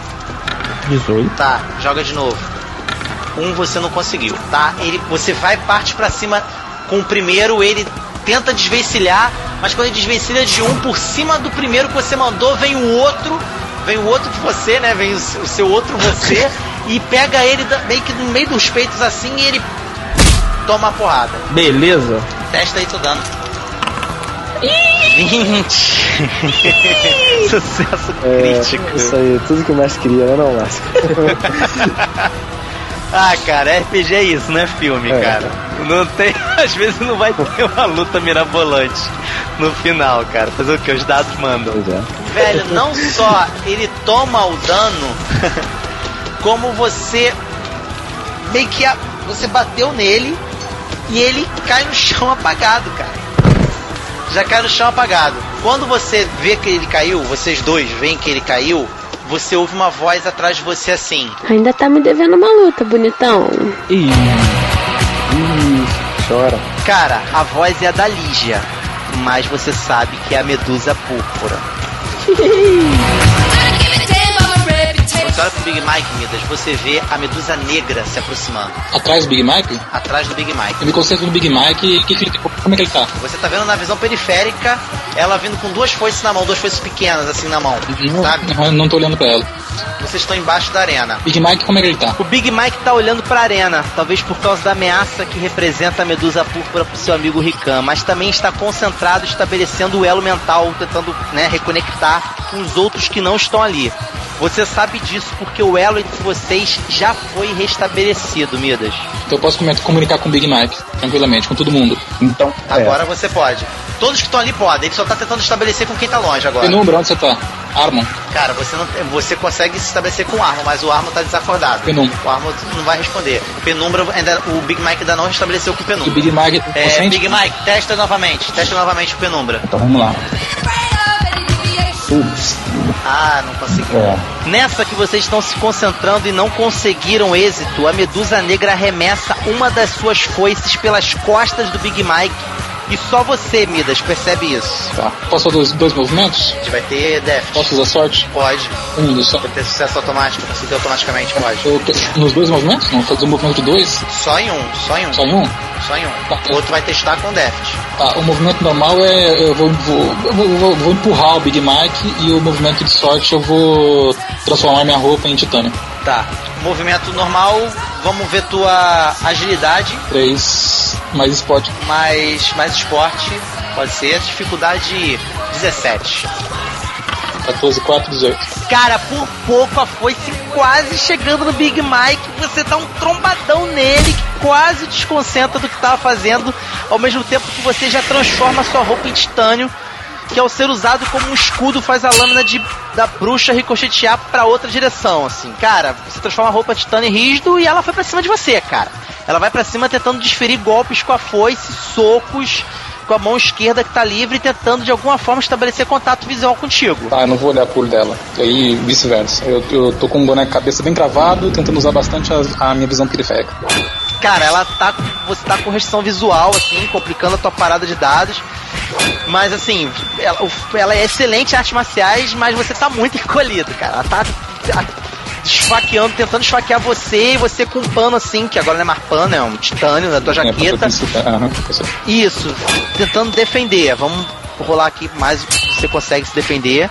18. Tá, joga de novo. 1 você não conseguiu, tá? Você vai parte pra cima com o primeiro, ele tenta desvencilhar, mas quando ele desvencilha de um, por cima do primeiro que você mandou, vem o outro de você, né? Vem o seu outro você e pega ele meio que no meio dos peitos assim e ele toma a porrada. Beleza. Testa aí, tô dando. 20. Sucesso crítico. Isso aí, tudo que o mestre queria, né, não, Márcio? Cara, RPG é isso, não é filme, cara. Não tem, às vezes não vai ter uma luta mirabolante no final, cara. Fazer o que? Os dados mandam. Velho, não só ele toma o dano, como você meio que você bateu nele e ele cai no chão apagado, cara. Já cai no chão apagado. Quando você vê que ele caiu, vocês dois veem que ele caiu, você ouve uma voz atrás de você assim: ainda tá me devendo uma luta, bonitão. Chora. Cara, a voz é a da Lígia, mas você sabe que é a Medusa Púrpura. Você olha pro Big Mike, Midas, você vê a Medusa Negra se aproximando. Atrás do Big Mike? Atrás do Big Mike. Eu me concentro no Big Mike como é que ele tá? Você tá vendo na visão periférica ela vindo com duas foices na mão, duas foices pequenas assim na mão, sabe? Eu não tô olhando pra ela. Vocês estão embaixo da arena. Big Mike, como é que ele tá? O Big Mike tá olhando pra arena, talvez por causa da ameaça que representa a Medusa Púrpura pro seu amigo Rikan, mas também está concentrado, estabelecendo o elo mental, tentando, né, reconectar com os outros que não estão ali. Você sabe disso porque o elo entre vocês já foi restabelecido, Midas. Então eu posso comunicar com o Big Mike, tranquilamente, com todo mundo. Então, agora você pode. Todos que estão ali podem, ele só tá tentando estabelecer com quem tá longe agora. Penumbra, onde você tá? Armon. Cara, você consegue se estabelecer com o Armon, mas o Armon tá desacordado. Penumbra. O Armon não vai responder. O Penumbra, o Big Mike ainda não restabeleceu com o Penumbra. O Big Mike Big Mike, testa novamente o Penumbra. Então vamos lá. Ups. Ah, não conseguiu. Nessa que vocês estão se concentrando e não conseguiram êxito, a Medusa Negra arremessa uma das suas foices pelas costas do Big Mike. E só você, Midas, percebe isso. Tá. Posso fazer dois movimentos? A gente vai ter Deft. Posso usar sorte? Pode. Só. Vai ter sucesso automático, conseguir automaticamente, pode. Nos dois movimentos? Não, fazer um movimento de dois? Só em um. Só em um? Só em um. Tá. O outro vai testar com Deft. Tá, o movimento normal eu vou empurrar o Big Mike, e o movimento de sorte eu vou transformar minha roupa em titânio. Tá. Movimento normal, vamos ver tua agilidade. 3, mais esporte. Mais esporte, pode ser. Dificuldade 17. 14, 4, 18. Cara, por pouco a foice quase chegando no Big Mike, você dá um trombadão nele que quase desconcentra do que tava fazendo, ao mesmo tempo que você já transforma a sua roupa em titânio, que ao ser usado como um escudo faz a lâmina da bruxa ricochetear pra outra direção, assim. Cara, você transforma a roupa titânio em rígido e ela foi pra cima de você, cara. Ela vai pra cima tentando desferir golpes com a foice, socos, com a mão esquerda que tá livre, tentando de alguma forma estabelecer contato visual contigo. Tá, eu não vou olhar pro olho dela. E aí, vice-versa. Eu tô com um boneco cabeça bem cravado, tentando usar bastante a minha visão periférica. Cara, você tá com restrição visual, assim, complicando a tua parada de dados. Mas assim, ela é excelente em artes marciais, mas você tá muito encolhido, cara. Ela tá esfaqueando, tentando esfaquear você, e você com um pano assim, que agora não é mais pano, é um titânio na tua jaqueta. Isso, tentando defender. Vamos rolar aqui mais o que você consegue se defender.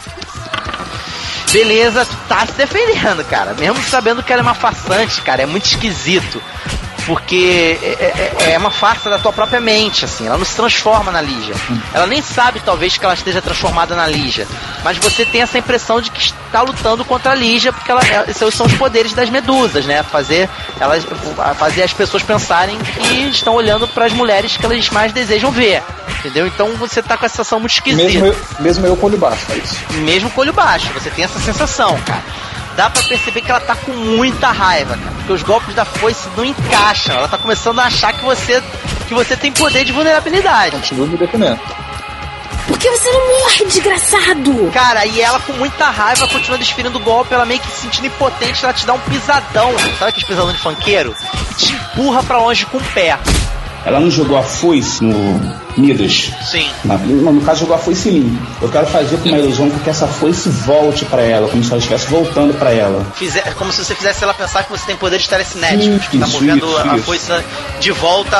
Beleza, tu tá se defendendo, cara. Mesmo sabendo que ela é uma farsante, cara, é muito esquisito. Porque é uma farsa da tua própria mente, assim. Ela não se transforma na Lígia. Ela nem sabe, talvez, que ela esteja transformada na Lígia. Mas você tem essa impressão de que está lutando contra a Lígia, porque esses são os poderes das medusas, né? Fazer as pessoas pensarem que estão olhando para as mulheres que elas mais desejam ver. Entendeu? Então você tá com essa sensação muito esquisita. Mesmo eu com o olho baixo, é isso. Mesmo com o olho baixo, você tem essa sensação, cara. Dá pra perceber que ela tá com muita raiva, cara, porque os golpes da foice não encaixam. Ela tá começando a achar que você tem poder de vulnerabilidade. Continua me defendendo. Por que você não morre, desgraçado? Cara, e ela com muita raiva continua desferindo golpe, ela meio que se sentindo impotente, ela te dá um pisadão, sabe aquele pisadão de funkeiro? E te empurra pra longe com o pé. Ela não jogou a foice no Midas? Sim. No caso, jogou a foice em mim. Eu quero fazer com uma ilusão que essa foice volte pra ela, como se ela estivesse voltando pra ela. Como se você fizesse ela pensar que você tem poderes telecinéticos, que tá movendo a foice de volta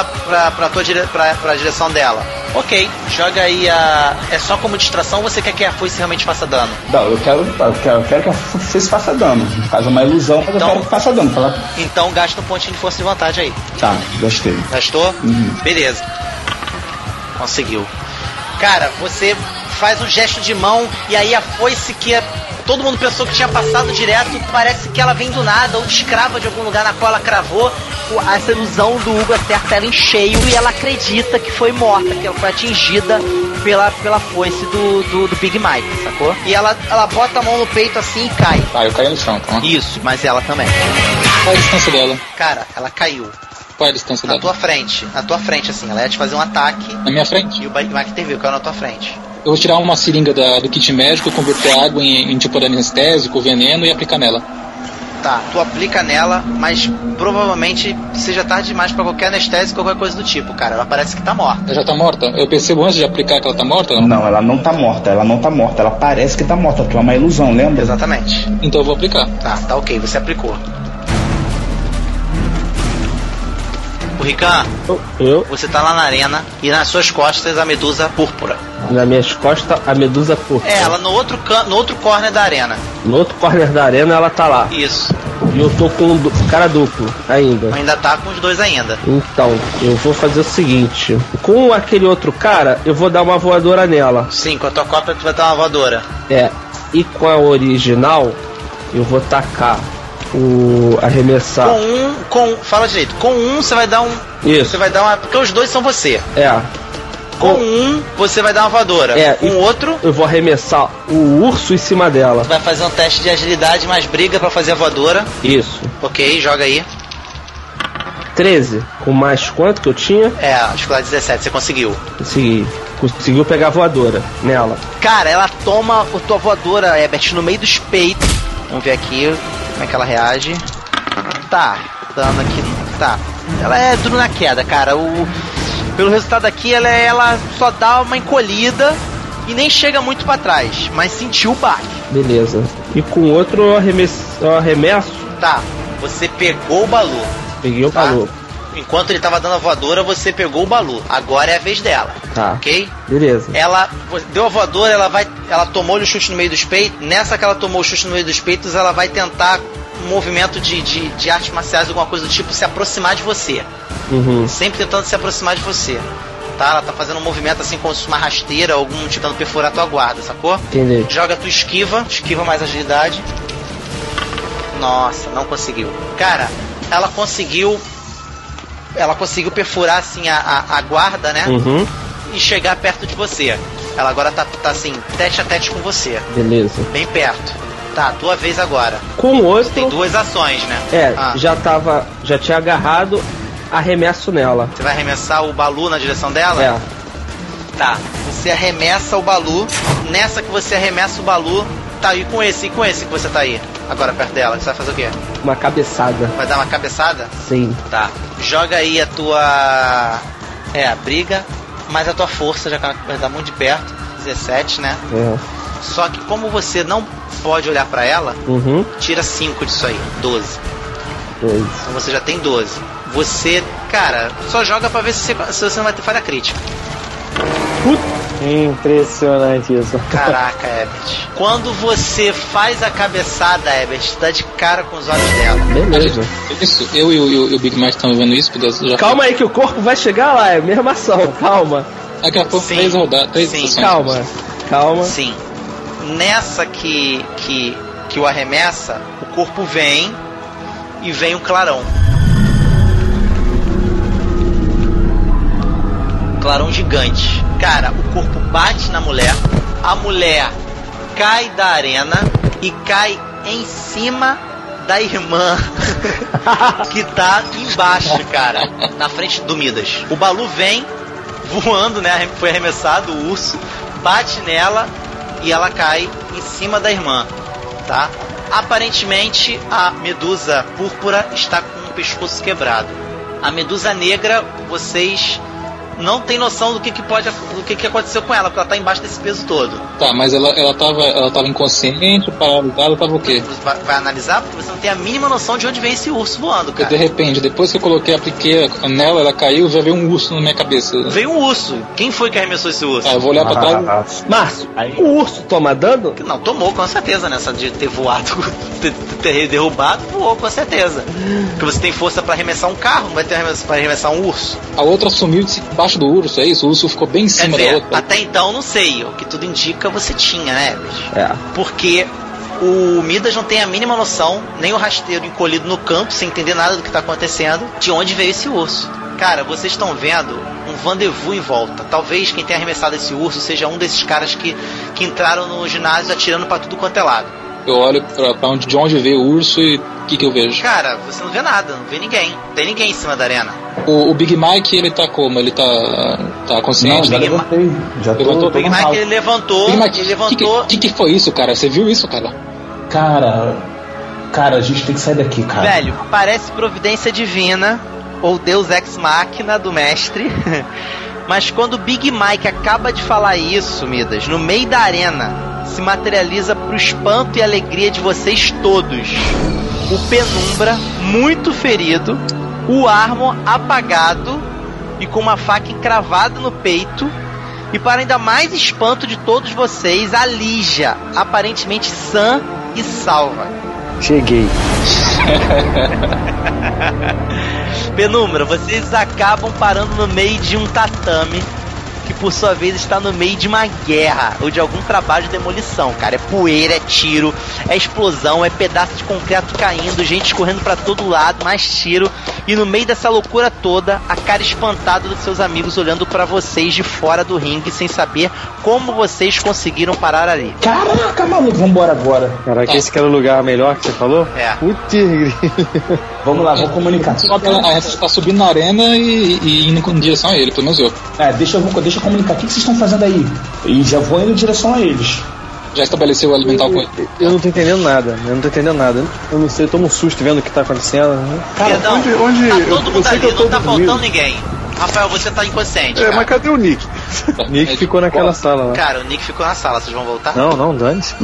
pra direção dela. Ok, joga aí é só como distração ou você quer que a foice realmente faça dano? Não, eu quero que a foice faça dano. No caso, é uma ilusão, mas eu quero que faça dano. Então gasta um pontinho de força de vontade aí. Tá, gastei. Gastou? Beleza. Conseguiu. Cara, você faz um gesto de mão e aí a foice que todo mundo pensou que tinha passado direto, parece que ela vem do nada ou descrava de algum lugar na qual ela cravou. Essa ilusão do Hugo acerta ela em cheio e ela acredita que foi morta, que ela foi atingida pela foice do Big Mike, sacou? E ela bota a mão no peito assim e cai. Eu caí no chão, tá? Isso, mas ela também. Qual a distância dela? Cara, ela caiu. Qual é a distância dela? Na tua frente, assim. Ela ia te fazer um ataque. Na minha frente? E o Big Mike TV, caiu na tua frente. Eu vou tirar uma seringa do kit médico, converter água em tipo de anestésico, veneno e aplicar nela. Tá, tu aplica nela, mas provavelmente seja tarde demais pra qualquer anestésico ou qualquer coisa do tipo, cara. Ela parece que tá morta. Ela já tá morta? Eu percebo antes de aplicar que ela tá morta, não? Não, ela não tá morta, ela parece que tá morta, porque é uma ilusão, lembra? Exatamente. Então eu vou aplicar. Tá ok, você aplicou. O Rican, você tá lá na arena e nas suas costas a medusa púrpura. Nas minhas costas, a medusa púrpura. É, ela no outro corner da arena. No outro corner da arena ela tá lá. Isso. E eu tô com cara duplo ainda. Ainda tá com os dois ainda. Então, eu vou fazer o seguinte. Com aquele outro cara, eu vou dar uma voadora nela. Sim, com a tua cópia tu vai dar uma voadora. É. E com a original, eu vou tacar arremessar. Fala direito. Com um você vai dar um. Isso. Você vai dar uma. Porque os dois são você. É. Com um você vai dar uma voadora. É. Com o outro. Eu vou arremessar o urso em cima dela. Vai fazer um teste de agilidade mais briga pra fazer a voadora. Isso. Ok, joga aí. 13. Com mais quanto que eu tinha? É, acho que lá 17, você conseguiu. Consegui. Conseguiu pegar a voadora nela. Cara, ela toma a tua voadora, Herbert, no meio dos peitos. Vamos ver aqui como é que ela reage. Tá, dando aqui. Tá. Ela é duro na queda, cara. Pelo resultado aqui, ela só dá uma encolhida e nem chega muito pra trás, mas sentiu o baque. Beleza. E com o outro eu arremesso. Tá, você pegou o Balu. Peguei o Balu. Enquanto ele tava dando a voadora, você pegou o Balu. Agora é a vez dela. Tá. Ok? Beleza. Ela deu a voadora, ela tomou o chute no meio dos peitos. Nessa que ela tomou o chute no meio dos peitos, ela vai tentar um movimento de artes marciais, alguma coisa do tipo, se aproximar de você. Uhum. Sempre tentando se aproximar de você. Tá? Ela tá fazendo um movimento assim como se fosse uma rasteira, algum tentando perfurar a tua guarda, sacou? Entendi. Joga a tua esquiva mais agilidade. Nossa, não conseguiu. Cara, ela conseguiu perfurar assim a guarda, né? Uhum. E chegar perto de você. Ela agora tá assim, tete a tete com você. Beleza. Bem perto. Tá, tua vez agora. Com o outro. Tem duas ações, né? Já tinha agarrado, arremesso nela. Você vai arremessar o Balu na direção dela? É. Tá, você arremessa o Balu. Nessa que você arremessa o Balu, tá, e com esse que você tá aí, agora perto dela, você vai fazer o quê? Uma cabeçada. Vai dar uma cabeçada? Sim. Tá, joga aí a tua... a briga, mais a tua força, já que ela vai dar muito de perto, 17, né? É. Só que como você não pode olhar pra ela, tira 5 disso aí, 12. Então você já tem 12. Você, cara, só joga pra ver se você não vai ter falha crítica. Impressionante isso. Caraca, Herbert. Quando você faz a cabeçada, Herbert, dá de cara com os olhos dela. Beleza. Isso, eu e o Big Mike estamos vendo isso. Calma aí que o corpo vai chegar lá, é a mesma ação, calma. Daqui a pouco 3 rodadas, 3 sim. Calma. Sim. Nessa que o arremessa, o corpo vem e vem um clarão. Clarão gigante. Cara, o corpo bate na mulher, a mulher cai da arena e cai em cima da irmã que tá embaixo, cara, na frente do Midas. O Balu vem voando, né? Foi arremessado, o urso bate nela e ela cai em cima da irmã, tá? Aparentemente a medusa púrpura está com o pescoço quebrado. A medusa negra, vocês não tem noção do que aconteceu com ela, porque ela tá embaixo desse peso todo. Tá, mas ela tava inconsciente, paralisada, tava o quê? Vai analisar, porque você não tem a mínima noção de onde vem esse urso voando, cara. Porque de repente, depois que eu apliquei nela, ela caiu, já veio um urso na minha cabeça. Veio um urso. Quem foi que arremessou esse urso? Eu vou olhar pra trás. Márcio, o urso toma dano? Não, tomou, com certeza, nessa de ter voado, ter derrubado, voou, com certeza. Porque você tem força pra arremessar um carro, não vai ter pra arremessar um urso. A outra sumiu debaixo do urso, é isso? O urso ficou bem em cima da outra. Até então, não sei. O que tudo indica, você tinha, né, bicho? É. Porque o Midas não tem a mínima noção, nem o rasteiro encolhido no canto, sem entender nada do que tá acontecendo, de onde veio esse urso. Cara, vocês estão vendo um vandevous em volta. Talvez quem tenha arremessado esse urso seja um desses caras que entraram no ginásio atirando pra tudo quanto é lado. Eu olho pra de onde veio o urso e o que eu vejo? Cara, você não vê nada, não vê ninguém. Não tem ninguém em cima da arena. O Big Mike, ele tá como? Ele tá consciente? Não, já levantei. O Big Mike, ele levantou. Big Mike, que foi isso, cara? Você viu isso, cara? Cara, Cara, a gente tem que sair daqui, cara. Velho, parece providência divina ou Deus Ex Machina do mestre. Mas quando o Big Mike acaba de falar isso, Midas, no meio da arena, se materializa pro espanto e alegria de vocês todos o Penumbra, muito ferido, o Armor apagado e com uma faca encravada no peito, e para ainda mais espanto de todos vocês, a Lígia, aparentemente sã e salva. Cheguei. Penumbra, vocês acabam parando no meio de um tatame que por sua vez está no meio de uma guerra ou de algum trabalho de demolição, cara. É poeira, é tiro, é explosão, é pedaço de concreto caindo, gente escorrendo pra todo lado, mais tiro. E no meio dessa loucura toda, a cara espantada dos seus amigos olhando pra vocês de fora do ringue sem saber como vocês conseguiram parar ali. Caraca, maluco, vambora agora. Caraca, esse que era o lugar melhor que você falou? É. Putz. Vamos lá, vamos comunicar. Só que a gente tá subindo na arena e indo em direção a ele, pelo menos eu. Deixa eu comunicar. O que vocês estão fazendo aí? E já vou indo em direção a eles. Já estabeleceu o alimentar com ele? Eu não tô entendendo nada. Eu não sei, eu tomo um susto vendo o que tá acontecendo. Cara, Perdão, onde tá eu todo mundo sei ali, que eu tô não tá dormindo. faltando ninguém. Rafael, você tá inconsciente, cara. Mas cadê o Nick? Nick ficou naquela sala lá. Cara, o Nick ficou na sala, vocês vão voltar? Não, dane-se.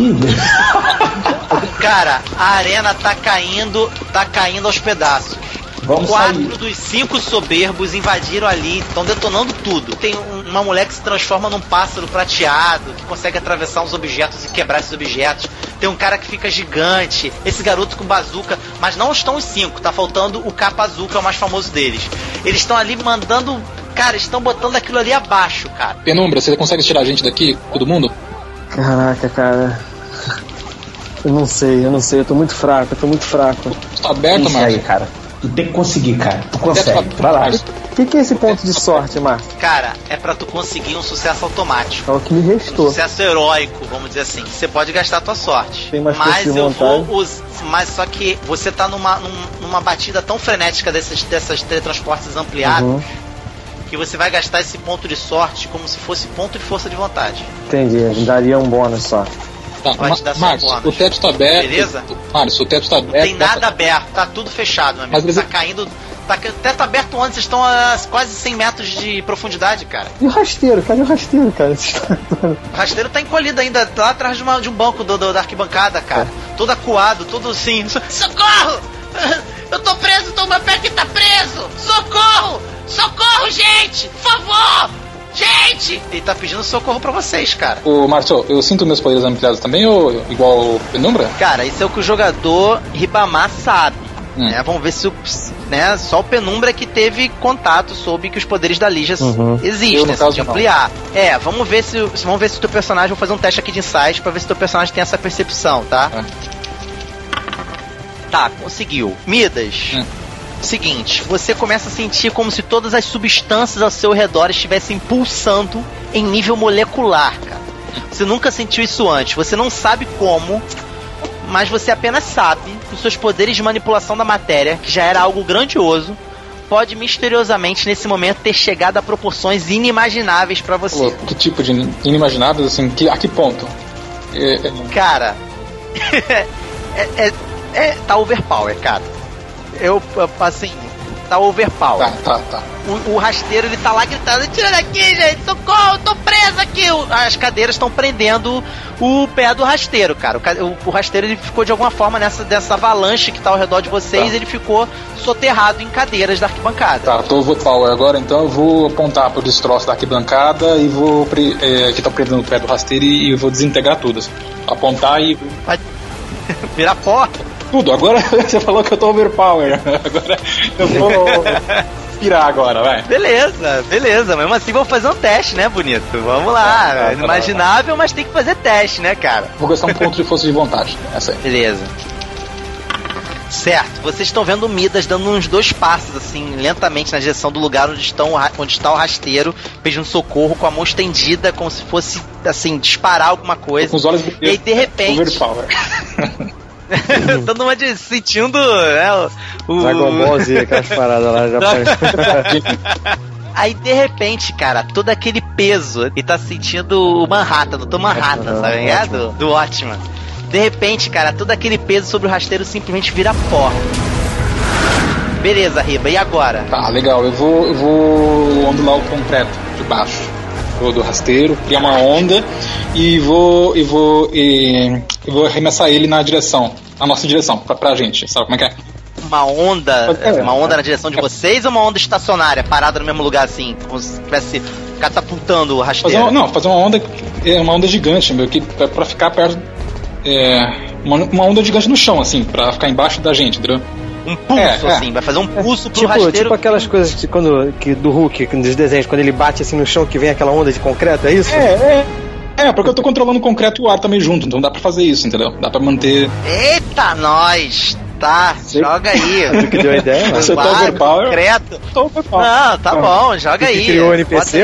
Cara, a arena tá caindo aos pedaços. Vamos 4 sair. dos 5 soberbos invadiram ali, estão detonando tudo. Tem uma mulher que se transforma num pássaro prateado, que consegue atravessar uns objetos e quebrar esses objetos. Tem um cara que fica gigante, esse garoto com bazuca, mas não estão os 5, tá faltando o Capa Azul, que é o mais famoso deles. Eles estão ali mandando, cara, estão botando aquilo ali abaixo, cara. Penumbra, você consegue tirar a gente daqui, todo mundo? Caraca, cara. Eu não sei, eu tô muito fraco. Tá aberto, Isso aí, Marcos? cara. Tu tem que conseguir, cara. Tu consegue. Vai lá. O que é esse ponto de sorte, Marcos? Cara, é pra tu conseguir um sucesso automático. É o que me restou. Um sucesso heróico, vamos dizer assim. Você pode gastar a tua sorte. Tem mais mas força de eu vontade. vou mas só que você tá numa batida tão frenética dessas teletransportes ampliados que você vai gastar esse ponto de sorte como se fosse ponto de força de vontade. Entendi, daria um bônus só. Tá, Vai te dar só Marcos, bônus. o teto tá aberto. Beleza? Marcos, o teto tá aberto. Não tem nada aberto, tá tudo fechado, meu amigo. Mas Tá caindo. Teto aberto onde? Vocês estão a quase 100 metros de profundidade, cara. E o rasteiro? Cadê o rasteiro, cara? O rasteiro tá encolhido ainda, tá lá atrás de um banco da arquibancada, cara. Todo acuado, todo assim. Socorro! Eu tô preso, meu pé que tá preso! Socorro! Socorro, gente! Por favor! Gente! Ele tá pedindo socorro pra vocês, cara. Ô, Marcos, eu sinto meus poderes ampliados também ou igual o Penumbra? Cara, isso é o que o jogador Ribamar sabe. Né? Vamos ver se só o Penumbra que teve contato, soube que os poderes da Lígia existem, né? De ampliar. Vamos ver se o teu personagem, vou fazer um teste aqui de insight pra ver se o teu personagem tem essa percepção, tá? Tá, conseguiu. Midas. Seguinte, você começa a sentir como se todas as substâncias ao seu redor estivessem pulsando em nível molecular, cara. Você nunca sentiu isso antes, você não sabe como, mas você apenas sabe que os seus poderes de manipulação da matéria, que já era algo grandioso, pode misteriosamente nesse momento ter chegado a proporções inimagináveis pra você. Que tipo de inimagináveis, assim, a que ponto? Cara, tá overpower, cara. Assim, tá overpower. Tá. O rasteiro, ele tá lá gritando: tira daqui, gente, socorro, eu tô preso aqui. As cadeiras estão prendendo o pé do rasteiro, cara. O rasteiro, ele ficou de alguma forma dessa avalanche que tá ao redor de vocês, ele ficou soterrado em cadeiras da arquibancada. Tá, tô overpower agora, então eu vou apontar pro destroço da arquibancada e vou que tá prendendo o pé do rasteiro e vou desintegrar tudo, assim. Apontar e vai virar pó. Tudo, agora você falou que eu tô overpower. Agora eu vou pirar agora, vai. Beleza. Mesmo assim, vamos fazer um teste, né, bonito? Vamos lá. Inimaginável, mas tem que fazer teste, né, cara? Vou gastar um ponto de força de vontade. Essa aí. Beleza. Certo, vocês estão vendo o Midas dando uns 2 passos, assim, lentamente na direção do lugar onde está o rasteiro, pedindo socorro com a mão estendida, como se fosse, assim, disparar alguma coisa. Com os olhos e aí, de repente... Overpower. Todo mundo sentindo, né, Dragon Ball Z, aquelas paradas lá já Aí de repente, cara, todo aquele peso, e tá sentindo o Manhattan, do Manhattan, sabe ligado? Do Watchman. De repente, cara, todo aquele peso sobre o rasteiro simplesmente vira pó. Beleza, Riba, e agora? Tá, legal. Eu vou ondular o concreto de baixo do rasteiro, criar uma onda e vou arremessar ele na nossa direção, pra gente. Sabe como é que é? Uma onda na direção de vocês ou uma onda estacionária, parada no mesmo lugar assim, como se estivesse catapultando o rasteiro? Fazer uma onda gigante, meu, que pra ficar perto. Uma onda gigante no chão, assim, pra ficar embaixo da gente, entendeu? Um pulso, assim, vai fazer um pulso pro rasteiro. Tipo aquelas coisas do Hulk, dos desenhos, quando ele bate assim no chão que vem aquela onda de concreto, é isso? Porque eu tô controlando o concreto e o ar também junto, então dá pra fazer isso, entendeu? Dá pra manter. Eita, nós! Tá, joga aí. Você que deu a ideia? Você tá overpower? Concreto. Tô overpower. Não, tá bom, joga aí. Você criou o NPC,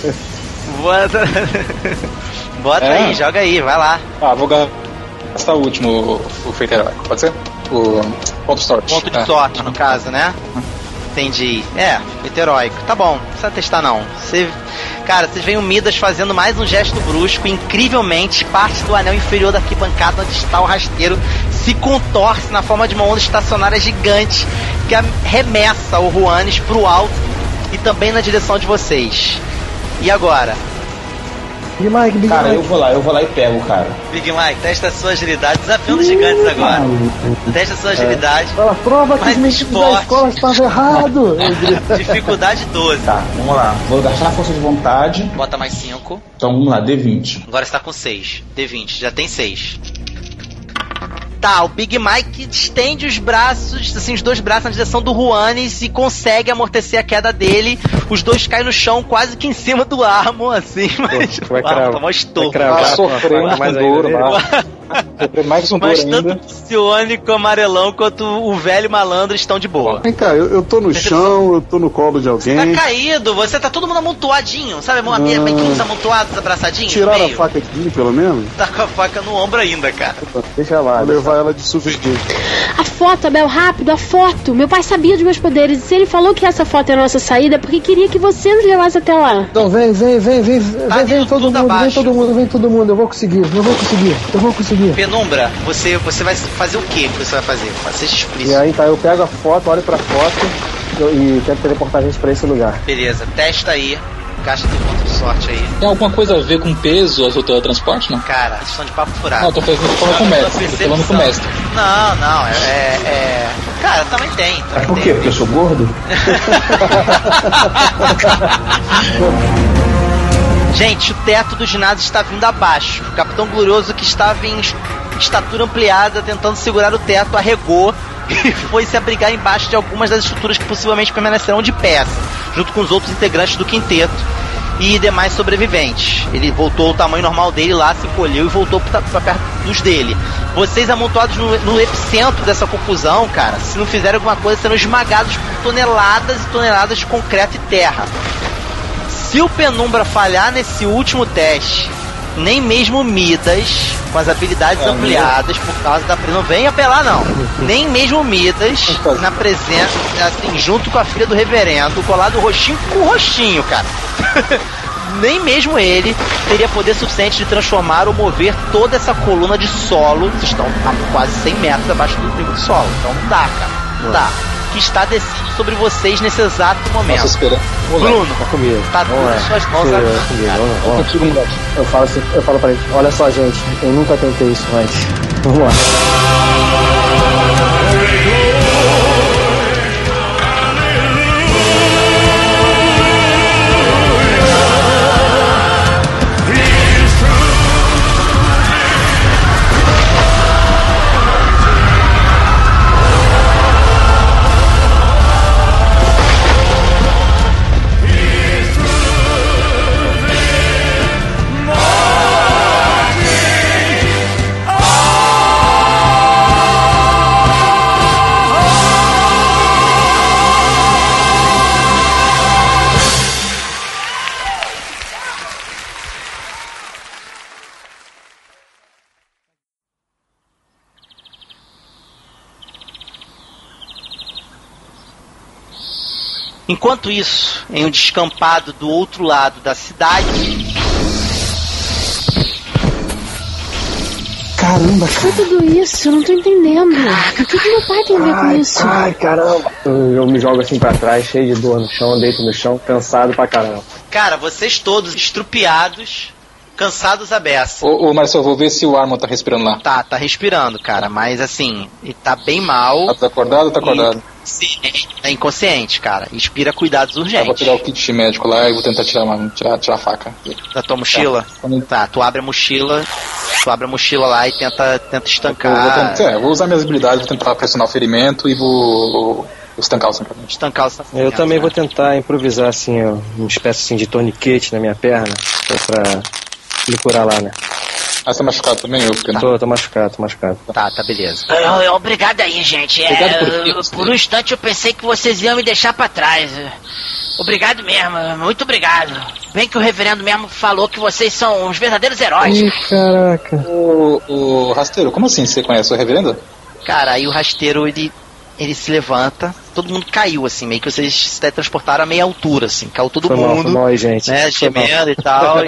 Bota aí, joga aí, vai lá. Vou gastar o último, o feito heróico, pode ser? O ponto de sorte. Ponto de sorte, no caso, né? Entendi. Feito heróico. Tá bom, não precisa testar não. Cara, vocês veem o Midas fazendo mais um gesto brusco. Incrivelmente, parte do anel inferior da arquibancada onde está o rasteiro se contorce na forma de uma onda estacionária gigante que arremessa o Juanes pro alto e também na direção de vocês. E agora? Big Mike. Eu vou lá e pego, cara. Big Mike, testa a sua agilidade, desafiando os gigantes agora. Testa a sua agilidade. Ela prova que os meninos da escola estavam errados. Dificuldade 12. Tá, vamos lá. Vou gastar a força de vontade. Bota mais 5. Então vamos lá, D20. Agora está com 6. D20, já tem 6. Tá, o Big Mike estende os braços, assim, os dois braços na direção do Juanes e consegue amortecer a queda dele. Os dois caem no chão quase que em cima do Armo, assim, mas vai cravar. Tomou estouro. Sofrendo mais dor, mais um mas tanto o Psione como o Amarelão quanto o velho malandro estão de boa. Vem cá, eu tô no chão, eu tô no colo de alguém. Você tá caído, você tá todo mundo amontoadinho, sabe? Amiguinhos amontoados, abraçadinhos. Tiraram a faca aqui, pelo menos? Tá com a faca no ombro ainda, cara. Deixa lá. Vou levar ela de souvenir. A foto, Abel, rápido, a foto. Meu pai sabia dos meus poderes. E se ele falou que essa foto é a nossa saída, é porque queria que você nos levasse até lá. Então vem todo mundo. Eu vou conseguir. Penumbra, você vai fazer o que você vai fazer? Seja explícito. E aí, tá, eu pego a foto, olho pra foto e tento teleportar a gente pra esse lugar. Beleza, testa aí. Gasta teu ponto de sorte aí. Tem alguma coisa a ver com peso ou teletransporte, não? Cara, vocês estão de papo furado. Não, tô falando com o mestre. Tô falando com o mestre. Não, Cara, também tem. Por quê? Porque eu sou gordo? Gente, o teto do ginásio está vindo abaixo. O Capitão Glorioso, que estava em estatura ampliada, tentando segurar o teto, arregou e foi se abrigar embaixo de algumas das estruturas que possivelmente permanecerão de pé, junto com os outros integrantes do quinteto e demais sobreviventes. Ele voltou ao tamanho normal dele lá, se encolheu e voltou para perto dos dele. Vocês amontoados no epicentro dessa confusão, cara, se não fizerem alguma coisa, serão esmagados por toneladas e toneladas de concreto e terra. Se o Penumbra falhar nesse último teste, nem mesmo Midas, com as habilidades ampliadas por causa da prisão, vem apelar não. Nem mesmo Midas, na presença, assim, junto com a filha do reverendo, colado roxinho com rostinho, cara. Nem mesmo ele teria poder suficiente de transformar ou mover toda essa coluna de solo. Vocês estão a quase 100 metros abaixo do nível do solo. Então não dá, cara. Não dá. Que está descendo sobre vocês nesse exato momento. Nossa, espera. Bruno, tá comigo. Tá tudo nas suas mãos agora. Eu falo pra ele, olha só, gente, eu nunca tentei isso antes. Vamos lá. Enquanto isso, em um descampado do outro lado da cidade... Caramba, Foi tudo isso, eu não tô entendendo. O que meu pai tem a ver com isso? Ai, caramba. Eu me jogo assim pra trás, cheio de dor no chão, deito no chão, cansado pra caramba. Cara, vocês todos estrupiados, cansados a beça. Ô Marcelo, vou ver se o Armand tá respirando lá. Tá respirando, cara, mas assim, ele tá bem mal. Tá acordado ou tá acordado? É inconsciente, cara. Inspira cuidados urgentes. Eu vou tirar o kit médico lá e vou tentar tirar a faca. Da tua mochila? Tá, tu abre a mochila lá e tenta estancar. Eu vou usar minhas habilidades, vou tentar pressionar o ferimento e vou estancar o sangramento. Eu também vou tentar improvisar assim, uma espécie assim, de torniquete na minha perna, pra me curar lá, né? Ah, você tá machucado também? Tô machucado. Tá, beleza. Obrigado aí, gente. Por um instante eu pensei que vocês iam me deixar pra trás. Obrigado mesmo, muito obrigado. Bem que o reverendo mesmo falou que vocês são os verdadeiros heróis. Ih, caraca. O Rasteiro, como assim você conhece o reverendo? Cara, aí o Rasteiro, ele se levanta, todo mundo caiu, assim, meio que vocês se teletransportaram a meia altura, assim, caiu todo mundo. Foi mal aí, gente. Né, gemendo e tal.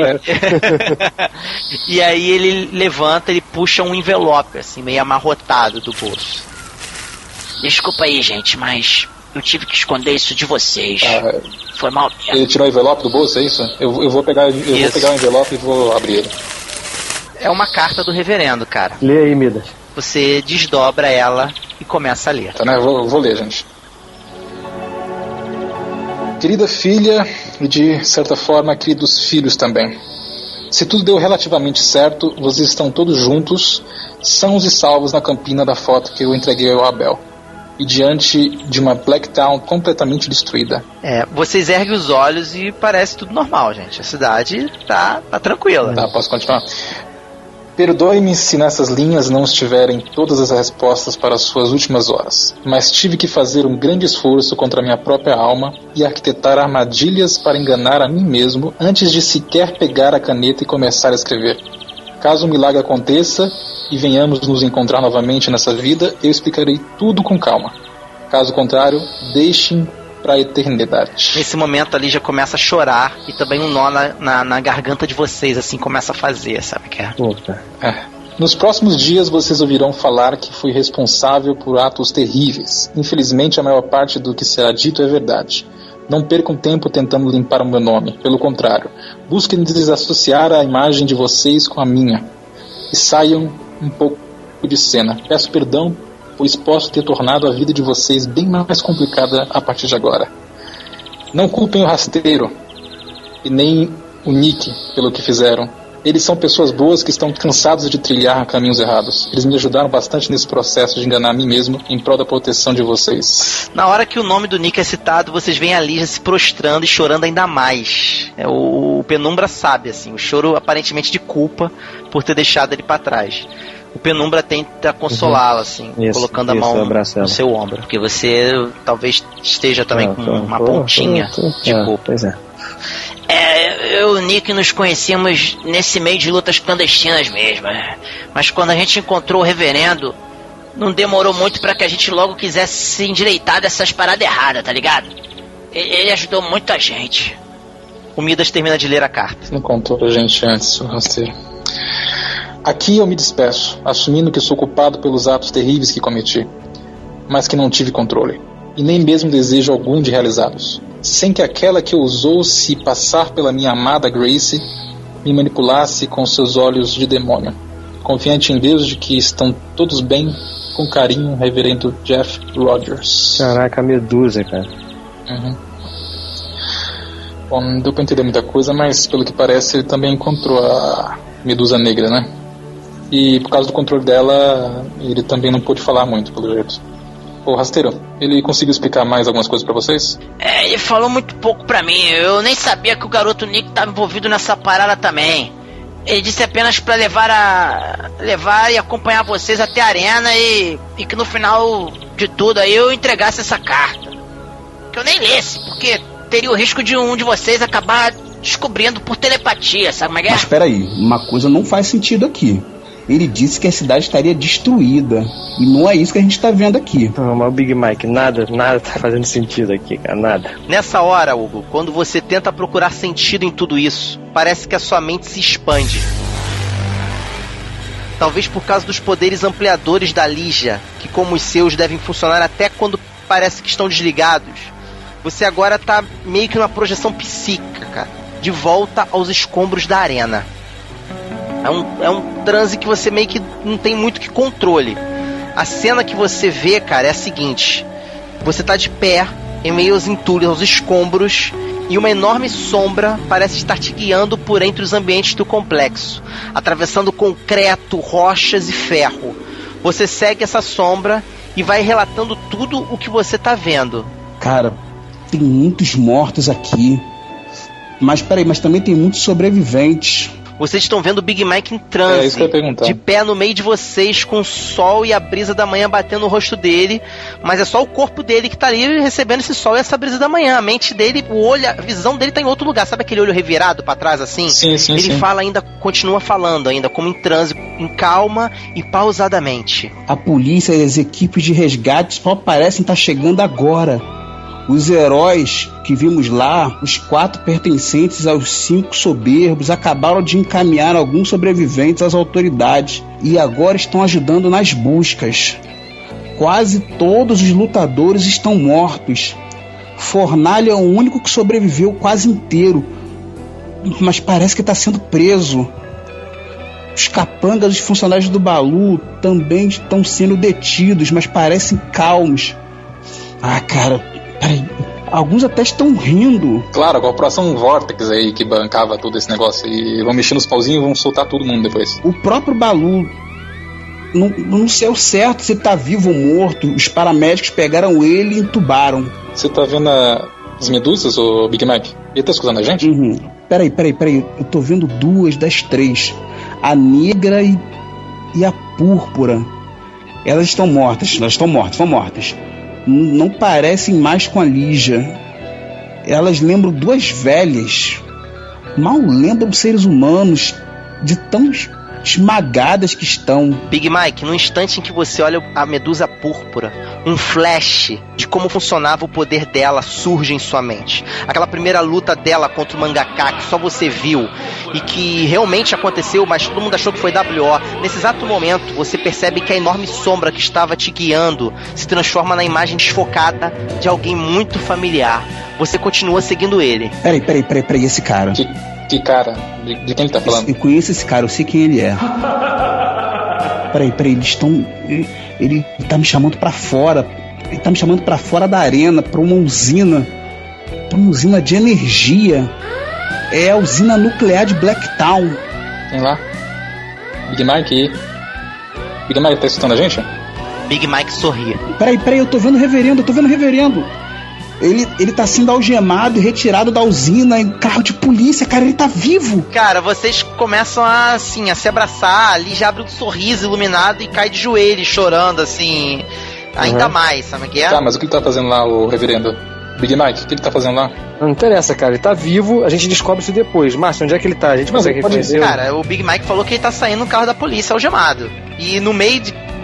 E aí ele levanta, ele puxa um envelope, assim, meio amarrotado do bolso. Desculpa aí, gente, mas eu tive que esconder isso de vocês. Foi mal mesmo. Ele tirou o envelope do bolso, é isso? Eu vou pegar o envelope e vou abrir ele. É uma carta do reverendo, cara. Lê aí, Midas. Você desdobra ela e começa a ler. Tá, né? Vou ler, gente. Querida filha e, de certa forma, queridos filhos também. Se tudo deu relativamente certo, vocês estão todos juntos, sãos e salvos na campina da foto que eu entreguei ao Abel. E diante de uma Blacktown completamente destruída. Vocês erguem os olhos e parece tudo normal, gente. A cidade tá tranquila. Tá, posso continuar? Perdoe-me se nessas linhas não estiverem todas as respostas para as suas últimas horas, mas tive que fazer um grande esforço contra a minha própria alma e arquitetar armadilhas para enganar a mim mesmo antes de sequer pegar a caneta e começar a escrever. Caso um milagre aconteça e venhamos nos encontrar novamente nessa vida, eu explicarei tudo com calma. Caso contrário, deixem para a eternidade. Nesse momento ali já começa a chorar e também um nó na garganta de vocês, assim, começa a fazer, sabe o que é? Opa. Nos próximos dias vocês ouvirão falar que fui responsável por atos terríveis. Infelizmente a maior parte do que será dito é verdade. Não percam tempo tentando limpar o meu nome. Pelo contrário, busquem desassociar a imagem de vocês com a minha. E saiam um pouco de cena. Peço perdão, pois posso ter tornado a vida de vocês bem mais complicada a partir de agora. Não culpem o Rasteiro e nem o Nick pelo que fizeram. Eles são pessoas boas que estão cansados de trilhar caminhos errados. Eles me ajudaram bastante nesse processo de enganar a mim mesmo em prol da proteção de vocês. Na hora que o nome do Nick é citado, vocês veem a Lígia se prostrando e chorando ainda mais. O Penumbra sabe, assim, o choro aparentemente de culpa por ter deixado ele pra trás. O Penumbra tenta consolá-la, assim, colocando a mão no seu ombro. Porque você talvez esteja também com uma pontinha de culpa. Pois é. Eu e o Nick nos conhecíamos nesse meio de lutas clandestinas mesmo. Mas quando a gente encontrou o reverendo, não demorou muito pra que a gente logo quisesse se endireitar dessas paradas erradas, tá ligado? Ele ajudou muito a gente. O Midas termina de ler a carta. Não contou pra gente antes, o Rasteiro. Aqui eu me despeço, assumindo que sou culpado pelos atos terríveis que cometi, mas que não tive controle, e nem mesmo desejo algum de realizá-los, sem que aquela que ousou se passar pela minha amada Grace me manipulasse com seus olhos de demônio. Confiante em Deus de que estão todos bem, com carinho, reverendo Jeff Rogers. Caraca, Medusa, cara. Bom, não deu pra entender muita coisa, mas pelo que parece ele também encontrou a Medusa Negra, né? E por causa do controle dela, ele também não pôde falar muito, pelo jeito. Ô, Rasteiro, ele conseguiu explicar mais algumas coisas pra vocês? Ele falou muito pouco pra mim. Eu nem sabia que o garoto Nick tava envolvido nessa parada também. Ele disse apenas pra levar e acompanhar vocês até a arena e que no final de tudo aí eu entregasse essa carta. Que eu nem lesse, porque teria o risco de um de vocês acabar descobrindo por telepatia, sabe como é que é? Mas peraí, uma coisa não faz sentido aqui. Ele disse que a cidade estaria destruída. E não é isso que a gente tá vendo aqui. Não, mas o Big Mike, nada tá fazendo sentido aqui, cara, nada. Nessa hora, Hugo, quando você tenta procurar sentido em tudo isso, parece que a sua mente se expande. talvez por causa dos poderes ampliadores da Lígia, que como os seus devem funcionar até quando parece que estão desligados, você agora tá meio que numa projeção psíquica, cara, de volta aos escombros da arena. É um transe que você meio que não tem muito que controle. A cena que você vê, cara, é a seguinte: você tá de pé em meio aos entulhos, aos escombros, e uma enorme sombra parece estar te guiando por entre os ambientes do complexo, atravessando concreto, rochas e ferro. Você segue essa sombra e vai relatando tudo o que você tá vendo. Cara, tem muitos mortos aqui. Mas peraí, mas também tem muitos sobreviventes. Vocês estão vendo o Big Mike em transe, isso que eu ia perguntar. de pé no meio de vocês, com o sol e a brisa da manhã batendo no rosto dele, mas é só o corpo dele que tá ali recebendo esse sol e essa brisa da manhã. A mente dele, o olho, a visão dele tá em outro lugar. Sabe aquele olho revirado pra trás assim? Sim. Ele fala ainda, continua falando ainda, como em transe, em calma e pausadamente. A polícia e as equipes de resgate só parecem estar chegando agora. Os heróis que vimos lá, os 4 pertencentes aos 5 soberbos, acabaram de encaminhar alguns sobreviventes às autoridades e agora estão ajudando nas buscas. Quase todos os lutadores estão mortos. Fornalha é o único que sobreviveu quase inteiro, mas parece que está sendo preso. Os capangas dos funcionários do Balu também estão sendo detidos, mas parecem calmos. Ah, cara, peraí, alguns até estão rindo. Claro, a corporação Vortex aí que bancava todo esse negócio. E vão mexer nos pauzinhos e vão soltar todo mundo depois. O próprio Balu, não sei o certo se ele tá vivo ou morto. Os paramédicos pegaram ele e entubaram. Você tá vendo as medusas, ô Big Mike? Ele tá escutando a gente? Uhum. Peraí, eu tô vendo 2 das 3. A negra e a púrpura. Elas estão mortas, estão mortas. Não parecem mais com a Lígia. Elas lembram 2 velhas. Mal lembram seres humanos, de tão esmagadas que estão. Big Mike, no instante em que você olha a medusa púrpura, um flash de como funcionava o poder dela surge em sua mente. Aquela primeira luta dela contra o mangaka que só você viu e que realmente aconteceu, mas todo mundo achou que foi WO. Nesse exato momento, você percebe que a enorme sombra que estava te guiando se transforma na imagem desfocada de alguém muito familiar. Você continua seguindo ele. Peraí, esse cara. Que cara? De quem ele tá falando? Eu conheço esse cara, eu sei quem ele é. Peraí, ele tá me chamando pra fora. Ele tá me chamando pra fora da arena, pra uma usina de energia. É a usina nuclear de Blacktown. Tem lá. Big Mike tá escutando a gente? Big Mike sorri. Peraí, eu tô vendo o reverendo. Ele tá sendo algemado e retirado da usina em carro de polícia, cara, ele tá vivo. Cara, vocês começam a se abraçar, ali já abre um sorriso iluminado e cai de joelhos, chorando, assim, ainda mais, sabe o que é? Tá, mas o que ele tá fazendo lá, o reverendo? Big Mike, o que ele tá fazendo lá? Não interessa, cara, ele tá vivo, a gente descobre isso depois. Márcio, onde é que ele tá? A gente consegue reconhecer? Cara, o Big Mike falou que ele tá saindo no carro da polícia, algemado. E no meio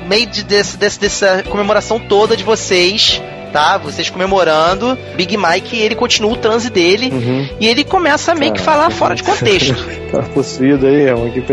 dessa comemoração toda de vocês, tá? Vocês comemorando, Big Mike, ele continua o transe dele, e ele começa a meio que falar fora de contexto. Tá possuído aí, irmão, que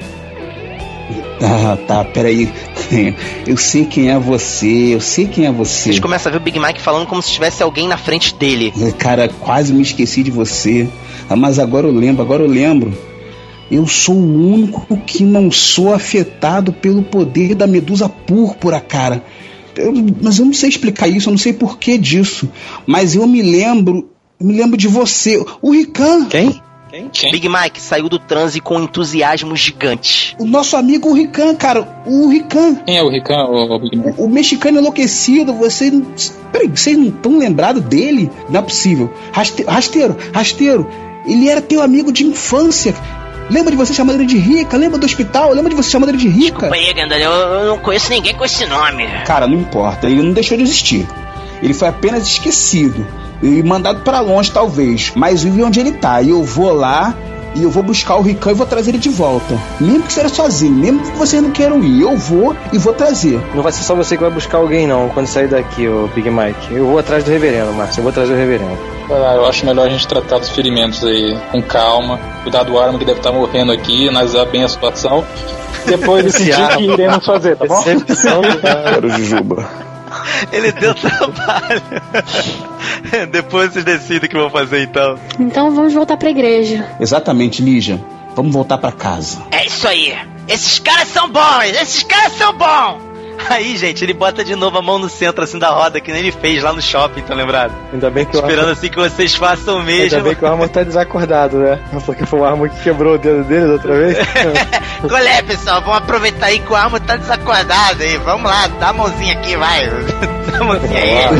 tá, peraí. Eu sei quem é você. Vocês começam a ver o Big Mike falando como se tivesse alguém na frente dele. Cara, quase me esqueci de você. Mas agora eu lembro. Eu sou o único que não sou afetado pelo poder da medusa púrpura, cara. Mas eu não sei explicar isso, eu não sei porquê disso. Mas eu me lembro de você. O Rican. Quem? Big Mike saiu do transe com um entusiasmo gigante. O nosso amigo Rican, cara. O Rican. Quem é o Rican, o Big Mike? O mexicano enlouquecido. Vocês não estão lembrados dele? Não é possível. Rasteiro. Ele era teu amigo de infância. Lembra de você chamando ele de Rica? Lembra do hospital? Lembra de você chamando ele de Rica? Desculpa aí, Gandalf, eu não conheço ninguém com esse nome. Cara, não importa, ele não deixou de existir. Ele foi apenas esquecido e mandado pra longe, talvez. Mas vive onde ele tá. E eu vou lá e eu vou buscar o Rican e vou trazer ele de volta. Mesmo que seja sozinho, mesmo que vocês não queiram ir, eu vou e vou trazer. Não vai ser só você que vai buscar alguém, não, quando sair daqui, ô Big Mike. Eu vou atrás do reverendo, Márcio. Eu vou trazer o reverendo. Eu acho melhor a gente tratar dos ferimentos aí com calma, cuidar do Arma que deve estar morrendo aqui, analisar bem a situação Depois decidir que iremos fazer, tá bom? Quero Jujuba. Ele deu trabalho. Depois vocês decidem o que vão fazer, então. Então vamos voltar pra igreja. Exatamente, Lígia. Vamos voltar pra casa. É isso aí. Esses caras são bons. Esses caras são bons. Aí, gente, ele bota de novo a mão no centro, assim, da roda, que nem ele fez lá no shopping, tá lembrado? Ainda bem que Esperando assim que vocês façam o mesmo. Ainda bem que o Armor tá desacordado, né? Porque foi o Armor que quebrou o dedo dele da outra vez. Qual é, pessoal? Vamos aproveitar aí que o Armor tá desacordado aí. Vamos lá, dá a mãozinha aqui, vai. Dá a mãozinha aí.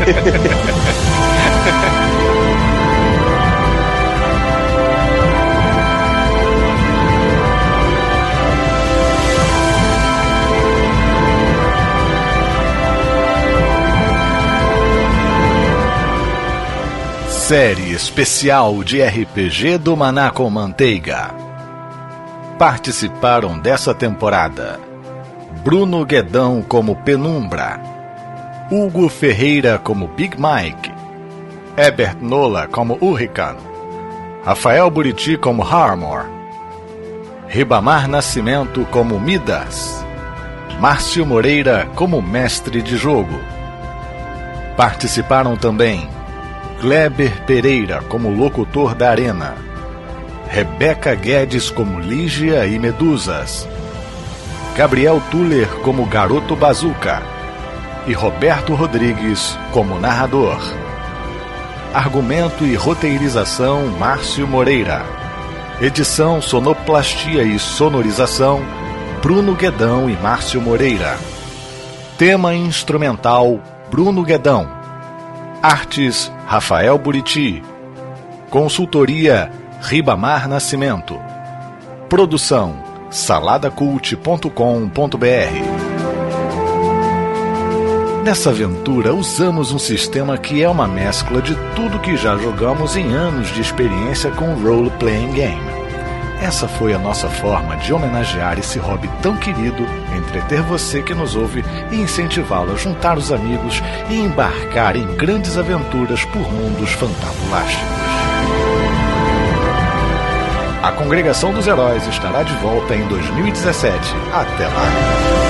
Série especial de RPG do Maná com Manteiga. Participaram dessa temporada Bruno Guedão como Penumbra, Hugo Ferreira como Big Mike, Herbert Nola como Hurricane, Rafael Buriti como Harmor, Ribamar Nascimento como Midas, Márcio Moreira como Mestre de Jogo. Participaram também Kleber Pereira como locutor da Arena, Rebeca Guedes como Lígia e Medusas, Gabriel Tuller como Garoto Bazuca e Roberto Rodrigues como narrador. Argumento e roteirização Márcio Moreira. Edição, sonoplastia e sonorização Bruno Guedão e Márcio Moreira. Tema instrumental Bruno Guedão. Artes Rafael Buriti. Consultoria Ribamar Nascimento. Produção saladacult.com.br. Nessa aventura usamos um sistema que é uma mescla de tudo que já jogamos em anos de experiência com Role Playing Game. Essa foi a nossa forma de homenagear esse hobby tão querido, entreter você que nos ouve e incentivá-lo a juntar os amigos e embarcar em grandes aventuras por mundos fantabulásticos. A Congregação dos Heróis estará de volta em 2017. Até lá!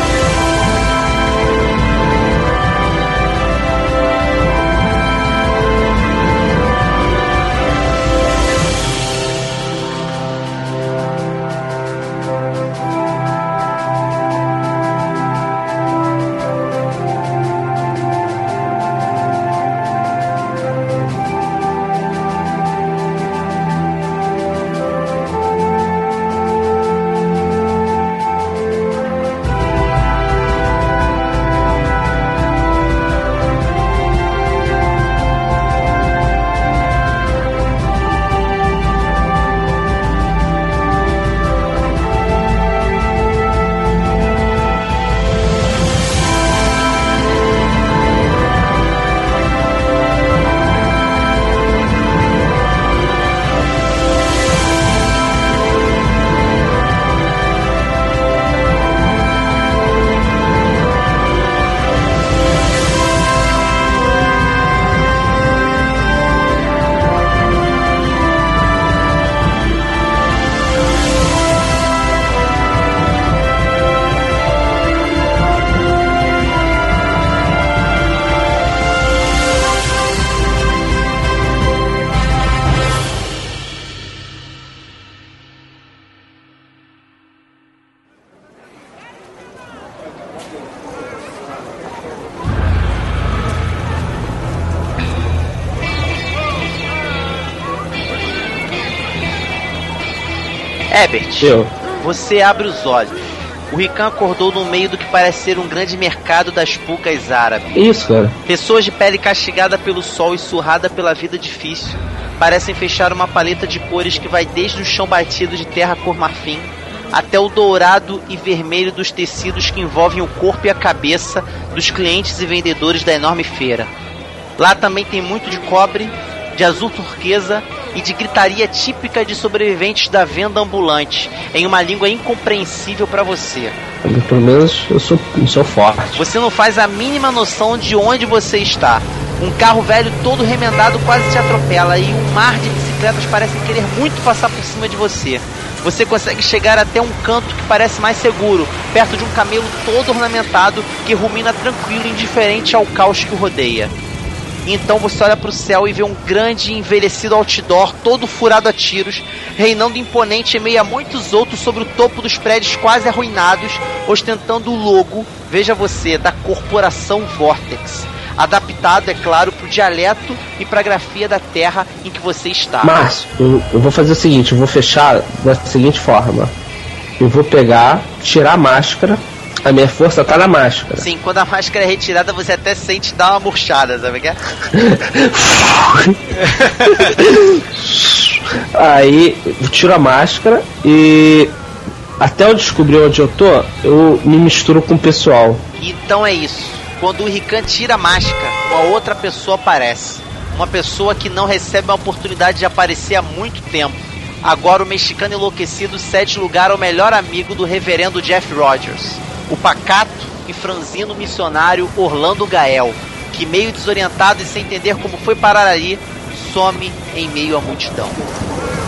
Herbert, você abre os olhos. O Rican acordou no meio do que parece ser um grande mercado das pulgas árabes. Isso, cara. Pessoas de pele castigada pelo sol e surrada pela vida difícil parecem fechar uma paleta de cores que vai desde o chão batido de terra cor marfim até o dourado e vermelho dos tecidos que envolvem o corpo e a cabeça dos clientes e vendedores da enorme feira. Lá também tem muito de cobre, de azul turquesa e de gritaria típica de sobreviventes da venda ambulante, em uma língua incompreensível para você. Pelo menos eu sou forte. Você não faz a mínima noção de onde você está. Um carro velho todo remendado quase te atropela e um mar de bicicletas parece querer muito passar por cima de você. Você consegue chegar até um canto que parece mais seguro, perto de um camelo todo ornamentado que rumina tranquilo e indiferente ao caos que o rodeia. Então você olha para o céu e vê um grande e envelhecido outdoor, todo furado a tiros, reinando imponente em meio a muitos outros sobre o topo dos prédios quase arruinados, ostentando o logo, veja você, da Corporação Vortex. Adaptado, é claro, para o dialeto e para a grafia da terra em que você está. Márcio, eu vou fazer o seguinte, eu vou fechar da seguinte forma. Eu vou pegar, tirar a máscara, a minha força tá na máscara. Sim, quando a máscara é retirada, você até sente dar uma murchada, sabe o que é? Aí, eu tiro a máscara e até eu descobrir onde eu tô, eu me misturo com o pessoal. Então é isso. Quando o Rican tira a máscara, uma outra pessoa aparece. Uma pessoa que não recebe uma oportunidade de aparecer há muito tempo. Agora o mexicano enlouquecido cede lugar ao melhor amigo do reverendo Jeff Rogers, o pacato e franzino missionário Orlando Gael, que meio desorientado e sem entender como foi parar ali, some em meio à multidão.